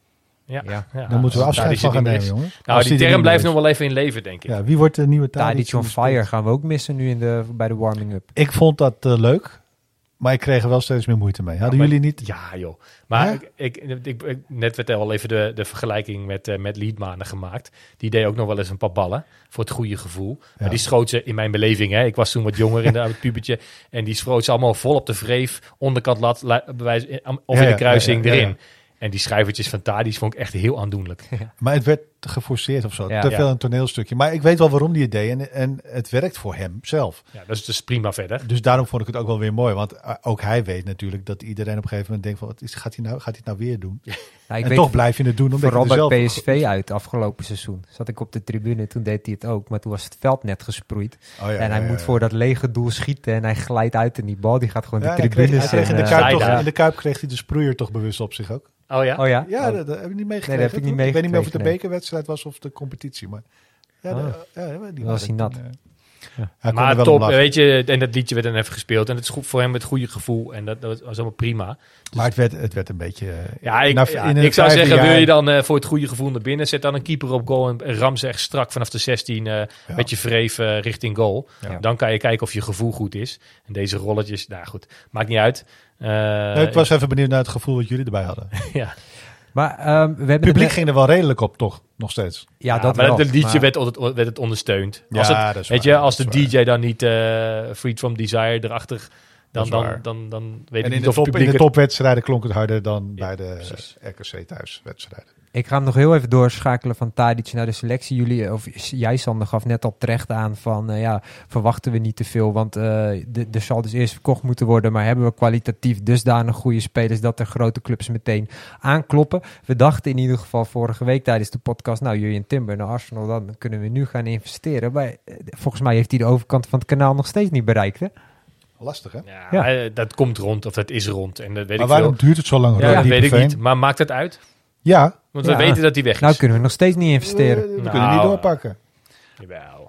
Ja. Ja. Ja. Daar moeten we Als afscheid Tadic van er gaan niet meer nemen, is. jongens. Nou, Als die er term niet blijft meer nog wel even in leven, denk ik. is. Ja, wie wordt de nieuwe Tadic? Tadic on in de spits? fire gaan we ook missen nu in de, bij de warming-up. Ik vond dat uh, leuk, maar ik kreeg er wel steeds meer moeite mee. Hadden maar- jullie niet? Ja, joh. Maar Ja? ik, ik, ik, ik- net werd er al even de, de vergelijking met, uh, met Liedmanen gemaakt. Die deed ook nog wel eens een paar ballen voor het goede gevoel. Ja. Maar die schoot ze in mijn beleving. Hè. Ik was toen wat jonger in de het pubertje. En die schoot ze allemaal vol op de vreef. Onderkant lat, la- bewijs, of Ja, in de ja, kruising ja, ja, ja, erin. En die schrijvertjes van Tadic vond ik echt heel aandoenlijk. Maar het werd geforceerd of zo. Ja. Te veel Ja. een toneelstukje. Maar ik weet wel waarom die het deed. En, en het werkt voor hem zelf. Ja, dat is dus prima verder. Dus daarom vond ik het ook wel weer mooi. Want uh, ook hij weet natuurlijk dat iedereen op een gegeven moment denkt van... Wat is, gaat, hij nou, gaat hij het nou weer doen? Nou, ik en weet toch blijf je het doen. Omdat vooral je er bij zelf... P S V uit afgelopen seizoen. Zat ik op de tribune, toen deed hij het ook. Maar toen was het veld net gesproeid. Oh, ja, en hij ja, ja, moet ja. voor dat lege doel schieten. En hij glijdt uit en die bal die gaat gewoon Ja, de hij kreeg, tribunes hij kreeg in, de in. Kuip eh, toch, Zijde. in de Kuip kreeg hij de sproeier toch bewust op zich ook. Oh ja? Oh ja? Ja, Oh. dat, dat heb je niet meegekregen. Nee, dat heb ik niet toch? Ik weet niet meer of het de meegekregen, nee. bekerwedstrijd was of de competitie. Maar ja, Oh. de, ja die Was hij waren nat. toen, uh, Ja. hij kon er Maar wel om top, lachen. weet je, en dat liedje werd dan even gespeeld. En het is goed voor hem met goede gevoel. En dat, dat was allemaal prima. Maar het werd, het werd een beetje... uh, Ja, ik, na- ja, in het ik zou vijfde zeggen, wil jaar- je dan uh, voor het goede gevoel naar binnen, zet dan een keeper op goal en, en ram ze echt strak vanaf de zestien uh, Ja. met je vreef uh, richting goal. Ja. Dan kan je kijken of je gevoel goed is. En deze rolletjes, nou goed, maakt niet uit. Uh, Nee, ik was even benieuwd naar het gevoel wat jullie erbij hadden. Het ja. Maar um, we hebben het publiek net- ging er wel redelijk op, toch? Nog steeds. Ja, Ja, dat maar wel. het liedje maar- werd, het, werd het ondersteund. Ja, Als het, dat is weet waar, je, als de dat is D J dan niet uh, Freed From Desire erachter, Dat dan, is dan, waar. dan, dan weet ik En in niet de, of top, het in publiek de het- topwedstrijden klonk het harder dan Ja, bij de precies. R K C thuiswedstrijden. Ik ga hem nog heel even doorschakelen van Tadic naar de selectie. Jullie, of jij Sander, gaf net al terecht aan van uh, ja, verwachten we niet te veel. Want uh, de- er zal dus eerst verkocht moeten worden. Maar hebben we kwalitatief dusdanig goede spelers dat er grote clubs meteen aankloppen. We dachten in ieder geval vorige week tijdens de podcast, nou Jurjen Timber naar Arsenal, dan kunnen we nu gaan investeren. Maar uh, volgens mij heeft hij de overkant van het kanaal nog steeds niet bereikt, hè? Lastig, hè? Ja, Ja. uh, dat komt rond of dat is rond. En dat weet Maar ik waarom veel. duurt het zo lang? Ja, Roy dat weet ik Diepenveen? niet. Maar maakt het uit? Ja, Want Ja. we weten dat hij weg is. Nou kunnen we nog steeds niet we, investeren. we Nou, kunnen niet doorpakken. Jawel.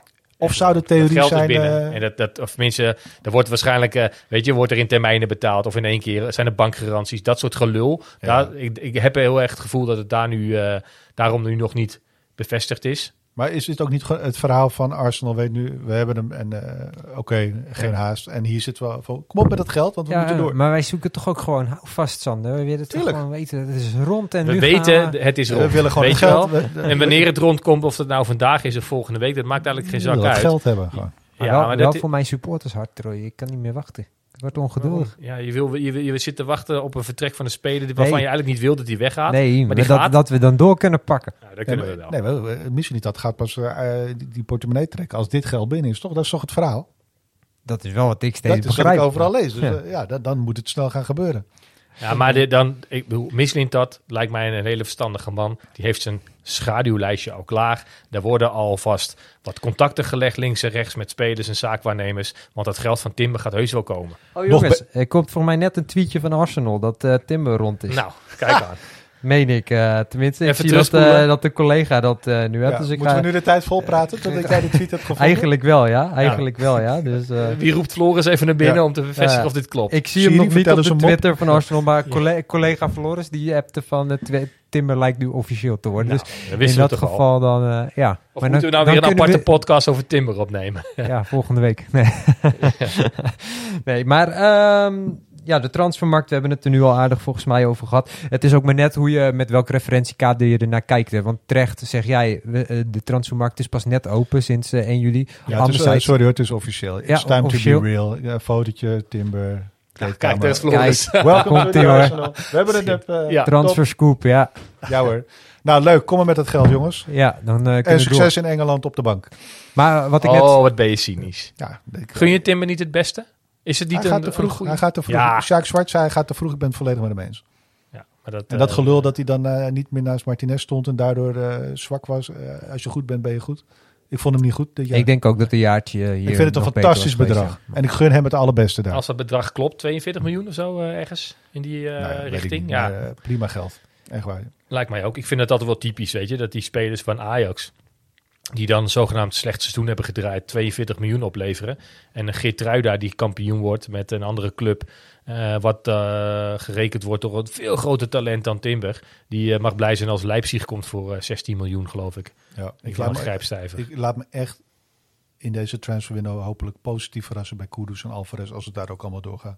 Of zou de Dat theorie geld is zijn... binnen. eh, En dat, dat, of mensen, er wordt waarschijnlijk, uh, weet je, wordt er in termijnen betaald. Of in één keer zijn er bankgaranties. Dat soort gelul. Ja. Daar, ik, ik heb heel erg het gevoel dat het daar nu, uh, daarom nu nog niet bevestigd is. Maar is dit ook niet gewoon het verhaal van Arsenal? Weet nu, we hebben hem en uh, oké, okay, geen Ja. haast. En hier zit wel van, kom op met dat geld, want we Ja, moeten door. maar wij zoeken toch ook gewoon, hou vast Sander, we willen toch Tuurlijk. gewoon weten, het is rond en We nu weten, gaan we... het is we rond. willen gewoon weet het je geld. wel? We- En wanneer het rondkomt, of het nou vandaag is of volgende week, dat maakt eigenlijk geen we zak willen uit. het geld hebben gewoon. Maar Ja, wel, maar wel dat, voor mijn supporters hard, Troy. Ik kan niet meer wachten. Ik word ongeduldig. ja, je, wil, je, wil, je zit te wachten op een vertrek van een speler waarvan Nee. je eigenlijk niet wil dat hij weggaat. Nee, maar maar die dat, gaat. dat we dan door kunnen pakken. Nou, dat Nee, kunnen we maar, wel. nee, we- misschien niet dat gaat pas uh, die, die portemonnee trekken. Als dit geld binnen is, toch? Dat is toch het verhaal? Dat is wel wat ik steeds Dat is wat begrijp. ik overal lees. Dus Ja. ja, ja dan, dan moet het snel gaan gebeuren. Ja, maar dit dan, ik bedoel, Mislintat lijkt mij een hele verstandige man. Die heeft zijn schaduwlijstje al klaar. Daar worden alvast wat contacten gelegd links en rechts met spelers en zaakwaarnemers. Want dat geld van Timber gaat heus wel komen. Oh jongens, er komt voor mij net een tweetje van Arsenal dat uh, Timber rond is. Nou, kijk aan. Meen ik. Uh, tenminste, ik Even zie dat, terugspoelen. uh, dat de collega dat uh, nu heeft. Ja, Dus ik moeten ga... we nu de tijd vol praten totdat jij de tweet hebt gevonden? Eigenlijk wel, ja. Eigenlijk wel, ja. Dus, uh, Wie roept Floris even naar binnen Ja. om te bevestigen Ja. of dit klopt? ik zie Siri, hem nog niet vertel op de eens een mop. Twitter van Arsenal, maar collega, collega Floris die appte van uh, tw- Timber lijkt nu officieel te worden. Nou, dus dat in wisten we dat toch al. geval dan, uh, ja. Of Maar moeten dan- we nou dan weer een kunnen aparte we- podcast over Timber opnemen? Ja, volgende week. Nee, nee maar ehm, ja, de transfermarkt, we hebben het er nu al aardig volgens mij over gehad. Het is ook maar net hoe je, met welk referentiekader je ernaar kijkt. Hè. Want terecht zeg jij, we, uh, de transfermarkt is pas net open sinds uh, één juli. Ja, het is, uh, Anderzijds- sorry hoor, het is officieel. It's Ja, time officieel. to be real. Ja, fotootje, Timber. Kijk, daar is Floris. Welkom Komt to ie, the hoor. Arsenal. We hebben het net. Uh, Ja. Transfer scoop, ja. top. Ja hoor. Nou leuk, kom maar met het geld jongens. Ja, dan uh, kunnen En we succes door. in Engeland op de bank. Maar wat ik net... Oh, wat ben je cynisch. Ja, ik, Gun je Timber niet het beste? Is het niet hij, een, gaat te een vroeg, goeie- hij gaat te vroeg. Ja. Sjaak Zwart zei hij gaat te vroeg. Ik ben het volledig met hem eens. Ja, maar dat, En dat eh, gelul dat hij dan uh, niet meer naast Martinez stond en daardoor uh, zwak was. Uh, als je goed bent, ben je goed. Ik vond hem niet goed dit jaar. Ik denk ook dat een jaartje hier ik vind het een nog beter fantastisch was geweest, bedrag. En ik gun hem het allerbeste daar. Als dat bedrag klopt, tweeënveertig miljoen of zo uh, ergens in die uh, Nou ja, weet ik richting. niet, Ja, maar, uh, prima geld. Echt waar. lijkt mij ook. Ik vind het altijd wel typisch, weet je, dat die spelers van Ajax, die dan zogenaamd slecht seizoen hebben gedraaid, tweeënveertig miljoen opleveren. En een Geertruida die kampioen wordt met een andere club, uh, wat uh, gerekend wordt door een veel groter talent dan Timber. Die uh, mag blij zijn als Leipzig komt voor uh, zestien miljoen, geloof ik. Ja, Ik ik, laat laat me me, grijpstijver. ik laat me echt in deze transferwindow hopelijk positief verrassen bij Kudus en Alvarez als het daar ook allemaal doorgaat.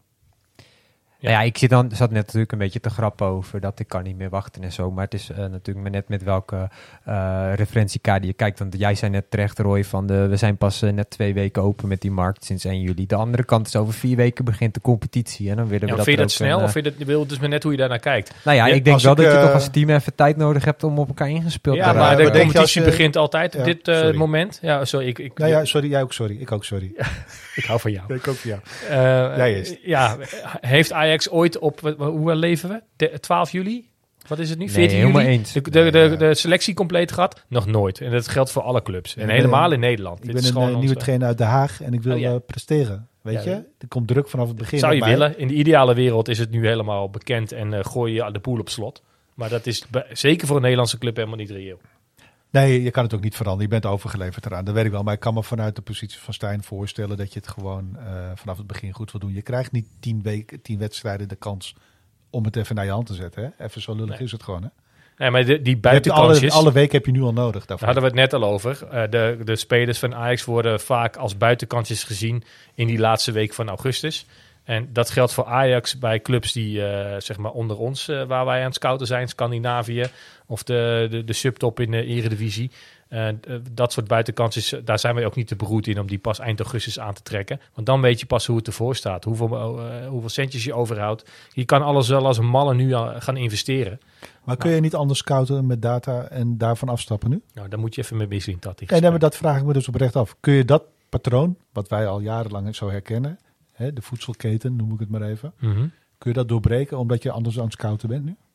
Ja, ja, ik zit dan, zat net natuurlijk een beetje te grappen over dat ik kan niet meer wachten en zo. Maar het is uh, natuurlijk maar net met welke uh, referentiekader je kijkt. Want jij zei net terecht, Roy, van de, we zijn pas uh, net twee weken open met die markt sinds één juli. De andere kant is over vier weken begint de competitie. En dan willen we Ja, dat vind je er dat ook snel een, uh, of vind je dat, wil dus maar net hoe je daarnaar kijkt? Nou ja, Ja, ik denk als wel ik, dat je uh, toch als team even tijd nodig hebt om op elkaar ingespeeld Ja, te maar raken. de maar denk je competitie als je- begint altijd Ja, op dit uh, sorry. moment. Ja, sorry, ik, ik, Nou ja, sorry, jij ook sorry. Ik ook sorry. ik hou van jou. Ik ook voor jou. Uh, Jij eerst. Ja, heeft Ajax ooit op, wat- hoe leven we? De, twaalf juli? Wat is het nu? Nee, veertien helemaal juli? eens. De, de, de, de selectie compleet gehad? Nog nooit. En dat geldt voor alle clubs. En Ik ben helemaal een- in Nederland. Ik Dit ben is een gewoon uh, nieuwe onze- trainer uit Den Haag en ik wil Oh, ja. uh, presteren. Weet Ja, je? Er komt druk vanaf het begin. Zou je op mij. willen. In de ideale wereld is het nu helemaal bekend en uh, gooi je de poel op slot. Maar dat is be- zeker voor een Nederlandse club helemaal niet reëel. Nee, je kan het ook niet veranderen. Je bent overgeleverd eraan. Dat weet ik wel. Maar ik kan me vanuit de positie van Stijn voorstellen dat je het gewoon uh, vanaf het begin goed wil doen. Je krijgt niet tien, weken, tien wedstrijden de kans om het even naar je hand te zetten. Hè? Even zo lullig Nee. is het gewoon. Hè? Nee, maar de, die Je hebt alle, buitenkansjes... alle week heb je nu al nodig Daar daarvoor. hadden we het net al over. Uh, de, de spelers van Ajax worden vaak als buitenkansjes gezien in die laatste week van augustus. En dat geldt voor Ajax bij clubs die uh, zeg maar onder ons, uh, waar wij aan het scouten zijn, Scandinavië of de, de, de subtop in de Eredivisie. Uh, dat soort buitenkansjes, daar zijn wij ook niet te beroerd in om die pas eind augustus aan te trekken. Want dan weet je pas hoe het ervoor staat, hoeveel, uh, hoeveel centjes je overhoudt. Je kan alles wel als een malle nu uh, gaan investeren. Maar kun je niet anders scouten met data en daarvan afstappen nu? Nou, dan moet je even met Bisling Tati En nee, dat vraag ik me dus oprecht af. Kun je dat patroon, wat wij al jarenlang zo herkennen, hè, de voedselketen noem ik het maar even, Mm-hmm. kun je dat doorbreken omdat je anders aan het scouten bent nu?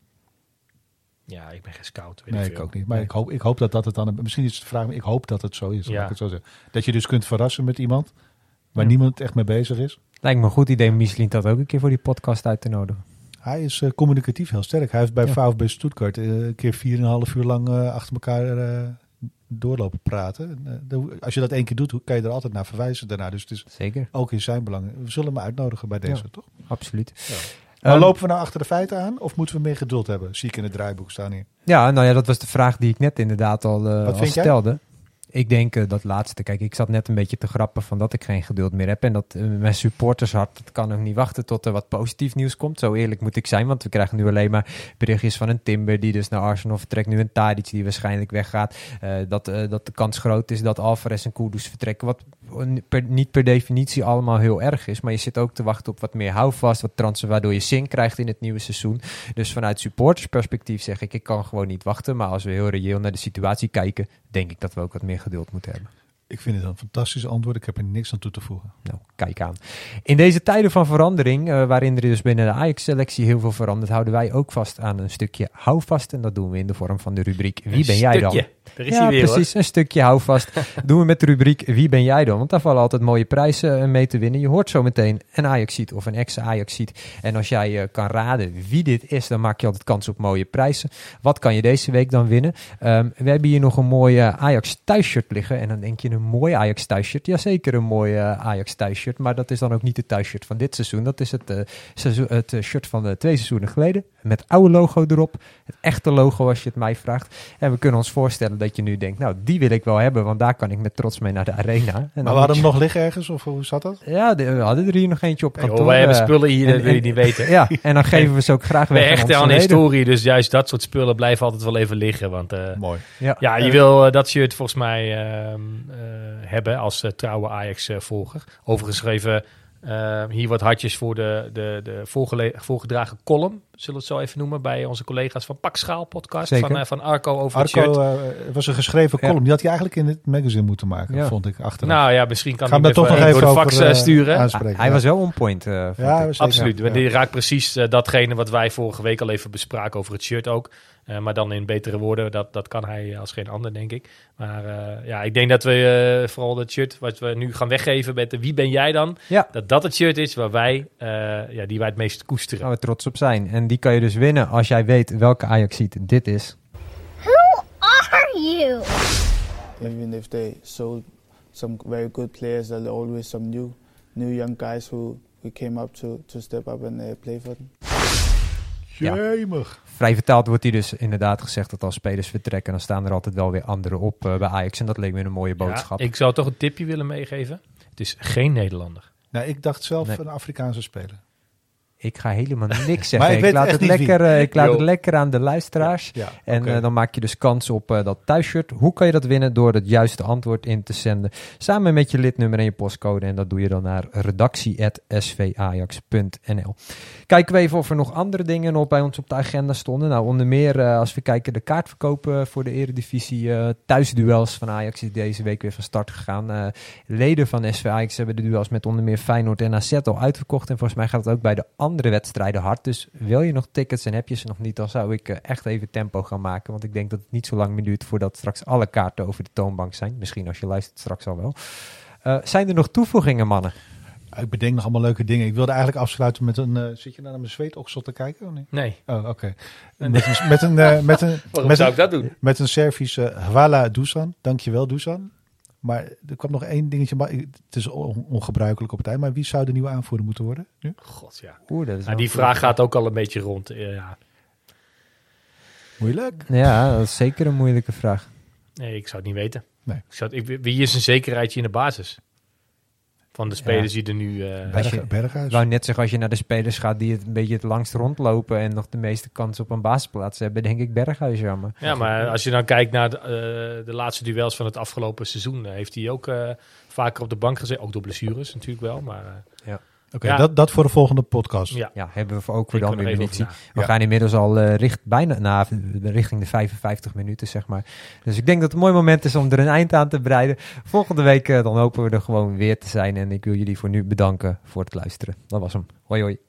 Ja, ik ben geen scout. Weet Nee, ik ik veel. ook niet. Maar ik hoop, ik hoop dat dat het dan... Misschien is het de vraag, maar ik hoop dat het zo is. Ja. Laat ik het zo zeggen. Dat je dus kunt verrassen met iemand waar Ja. niemand echt mee bezig is. Lijkt me een goed idee om Michelin dat ook een keer voor die podcast uit te nodigen. Hij is uh, communicatief heel sterk. Hij heeft bij Ja. VfB Stuttgart uh, een keer vier en een half uur lang uh, achter elkaar uh, doorlopen praten. En, uh, als je dat één keer doet, kan je er altijd naar verwijzen daarna. Dus het is Zeker. ook in zijn belang. We zullen hem uitnodigen bij deze, Ja. toch? Absoluut. Ja. Maar Um, lopen we nou achter de feiten aan? Of moeten we meer geduld hebben? Zie ik in het draaiboek staan hier. Ja, nou ja, dat was de vraag die ik net inderdaad al, uh, Wat al vind jij? stelde. Ik denk uh, dat laatste. Kijk, ik zat net een beetje te grappen van dat ik geen geduld meer heb. En dat uh, mijn supportershart, dat kan ook niet wachten tot er wat positief nieuws komt. Zo eerlijk moet ik zijn, want we krijgen nu alleen maar berichtjes van een Timber die dus naar Arsenal vertrekt. Nu een Tadic die waarschijnlijk weggaat. Uh, dat, uh, dat de kans groot is dat Alvarez en Kudus vertrekken. Wat per, niet per definitie allemaal heel erg is. Maar je zit ook te wachten op wat meer houvast, wat transfer, waardoor je zin krijgt in het nieuwe seizoen. Dus vanuit supportersperspectief zeg ik, ik kan gewoon niet wachten. Maar als we heel reëel naar de situatie kijken, denk ik dat we ook wat meer geduld moeten hebben. Ik vind het een fantastisch antwoord. Ik heb er niks aan toe te voegen. Nou, kijk aan. In deze tijden van verandering, uh, waarin er dus binnen de Ajax-selectie heel veel verandert, houden wij ook vast aan een stukje houvast. En dat doen we in de vorm van de rubriek Wie Een ben jij dan? stukje. Daar is Ja, hij weer, precies. Een stukje houvast. Doen we met de rubriek Wie ben jij dan? Want daar vallen altijd mooie prijzen mee te winnen. Je hoort zo meteen een Ajaxiet of een ex-Ajaxiet. En als jij uh, kan raden wie dit is, dan maak je altijd kans op mooie prijzen. Wat kan je deze week dan winnen? Um, we hebben hier nog een mooie Ajax thuisshirt liggen. En dan denk je een mooi Ajax thuisshirt. Jazeker een mooi uh, Ajax thuisshirt. Maar dat is dan ook niet het thuisshirt van dit seizoen. Dat is het, uh, seizoen, het uh, shirt van uh, twee seizoenen geleden. Met oude logo erop. Het echte logo als je het mij vraagt. En we kunnen ons voorstellen dat je nu denkt, nou die wil ik wel hebben. Want daar kan ik met trots mee naar de arena. En Maar dan we hadden moet hem nog liggen ergens? Of hoe zat dat? je- Ja, de- we hadden er hier nog eentje op Hey, kantoor. hoor, wij hebben uh, spullen hier, en- dat wil je en- niet weten. Ja, en dan geven we ze ook graag We weg aan hechten onze aan leden. historie, dus juist dat soort spullen blijven altijd wel even liggen. Want uh, Mooi. Ja. ja, je wil uh, dat shirt volgens mij uh, uh, hebben als uh, trouwe Ajax-volger. Overigens even uh, hier wat hartjes voor de, de, de voorgele- voorgedragen column, zullen we het zo even noemen, bij onze collega's van Pakschaal podcast. Zeker. Van, uh, van Arco over het shirt. Arco uh, was een geschreven Ja. column. Die had hij eigenlijk in het magazine moeten maken, Ja. vond ik. Achteraf. Nou ja, misschien kan Gaan hij we hem daar toch nog even even door de over fax uh, uh, sturen. aanspreken. Hij Ja. was wel on point. uh, vond Ja, ik. we zeker. Absoluut. Ja. Die raakt precies uh, datgene wat wij vorige week al even bespraken over het shirt ook. Uh, maar dan in betere woorden, dat, dat kan hij als geen ander, denk ik. Maar uh, ja, ik denk dat we uh, vooral dat shirt wat we nu gaan weggeven met de Wie ben jij dan? Ja. Dat dat het shirt is waar wij, uh, ja, die wij het meest koesteren. Waar we trots op zijn. En die kan je dus winnen als jij weet welke Ajaxiet dit is. Who are you? Even if they sold some very good players, there's always some new, new young guys who we came up to, to step up and uh, play for them. Ja. Jemig. Vrij vertaald wordt hier dus inderdaad gezegd dat als spelers vertrekken, dan staan er altijd wel weer anderen op uh, bij Ajax. En dat leek me een mooie boodschap. Ja, ik zou toch een tipje willen meegeven. Het is geen Nederlander. Nou, ik dacht zelf Nee. een Afrikaanse speler. Ik ga helemaal niks Maar zeggen. ik Ik, weet laat, echt het niet lekker, uh, ik laat Yo. het lekker aan de luisteraars. Ja, En oké. uh, dan maak je dus kans op uh, dat thuisshirt. Hoe kan je dat winnen? Door het juiste antwoord in te zenden. Samen met je lidnummer en je postcode. En dat doe je dan naar redactie apenstaartje s v ajax punt n l. Kijken we even of er nog andere dingen nog bij ons op de agenda stonden. Nou, onder meer uh, als we kijken de kaartverkopen voor de Eredivisie. Uh, thuisduels van Ajax is deze week weer van start gegaan. Uh, leden van S V Ajax hebben de duels met onder meer Feyenoord en A Z al uitverkocht. En volgens mij gaat het ook bij de andere wedstrijden hard. Dus wil je nog tickets en heb je ze nog niet, dan zou ik uh, echt even tempo gaan maken. Want ik denk dat het niet zo lang meer duurt voordat straks alle kaarten over de toonbank zijn. Misschien als je luistert straks al wel. Uh, zijn er nog toevoegingen, mannen? Ik bedenk nog allemaal leuke dingen. Ik wilde eigenlijk afsluiten met een... Uh, zit je nou naar mijn zweetoksel te kijken? Of niet? Nee. Oh, oké. Okay. Met een, met een, uh, met een, Waarom met zou een, ik dat doen? met een Servische Hvala Dusan. Dankjewel, Dusan. Maar er kwam nog één dingetje. Maar het is on- ongebruikelijk op het eind. Maar wie zou de nieuwe aanvoerder moeten worden? Nu? God, ja. Oeh, dat is Nou, wel die een vraag goede gaat ook al een beetje rond. Uh, ja. Moeilijk. Ja, dat is zeker een moeilijke vraag. Nee, ik zou het niet weten. Nee. Ik zou het, ik, wie is een zekerheidje in de basis? Van de spelers die er nu... Uh, Als je- Berg, Berghuis. Ik wou net zeggen, als je naar de spelers gaat die het een beetje het langst rondlopen en nog de meeste kans op een basisplaats hebben, denk ik Berghuis, jammer. ja, maar als je dan kijkt naar de, uh, de laatste duels van het afgelopen seizoen, uh, heeft hij ook uh, vaker op de bank gezeten. Ook door blessures natuurlijk wel, maar... Uh, Oké, okay, ja. dat, dat voor de volgende podcast. ja. Ja, hebben we voor ook voor Ik dan kan er weer even munitie. over We Ja. gaan inmiddels al uh, richt, bijna na, richting de vijfenvijftig minuten, zeg maar. Dus ik denk dat het een mooi moment is om er een eind aan te breiden. Volgende week uh, dan hopen we er gewoon weer te zijn. En ik wil jullie voor nu bedanken voor het luisteren. Dat was hem. Hoi hoi.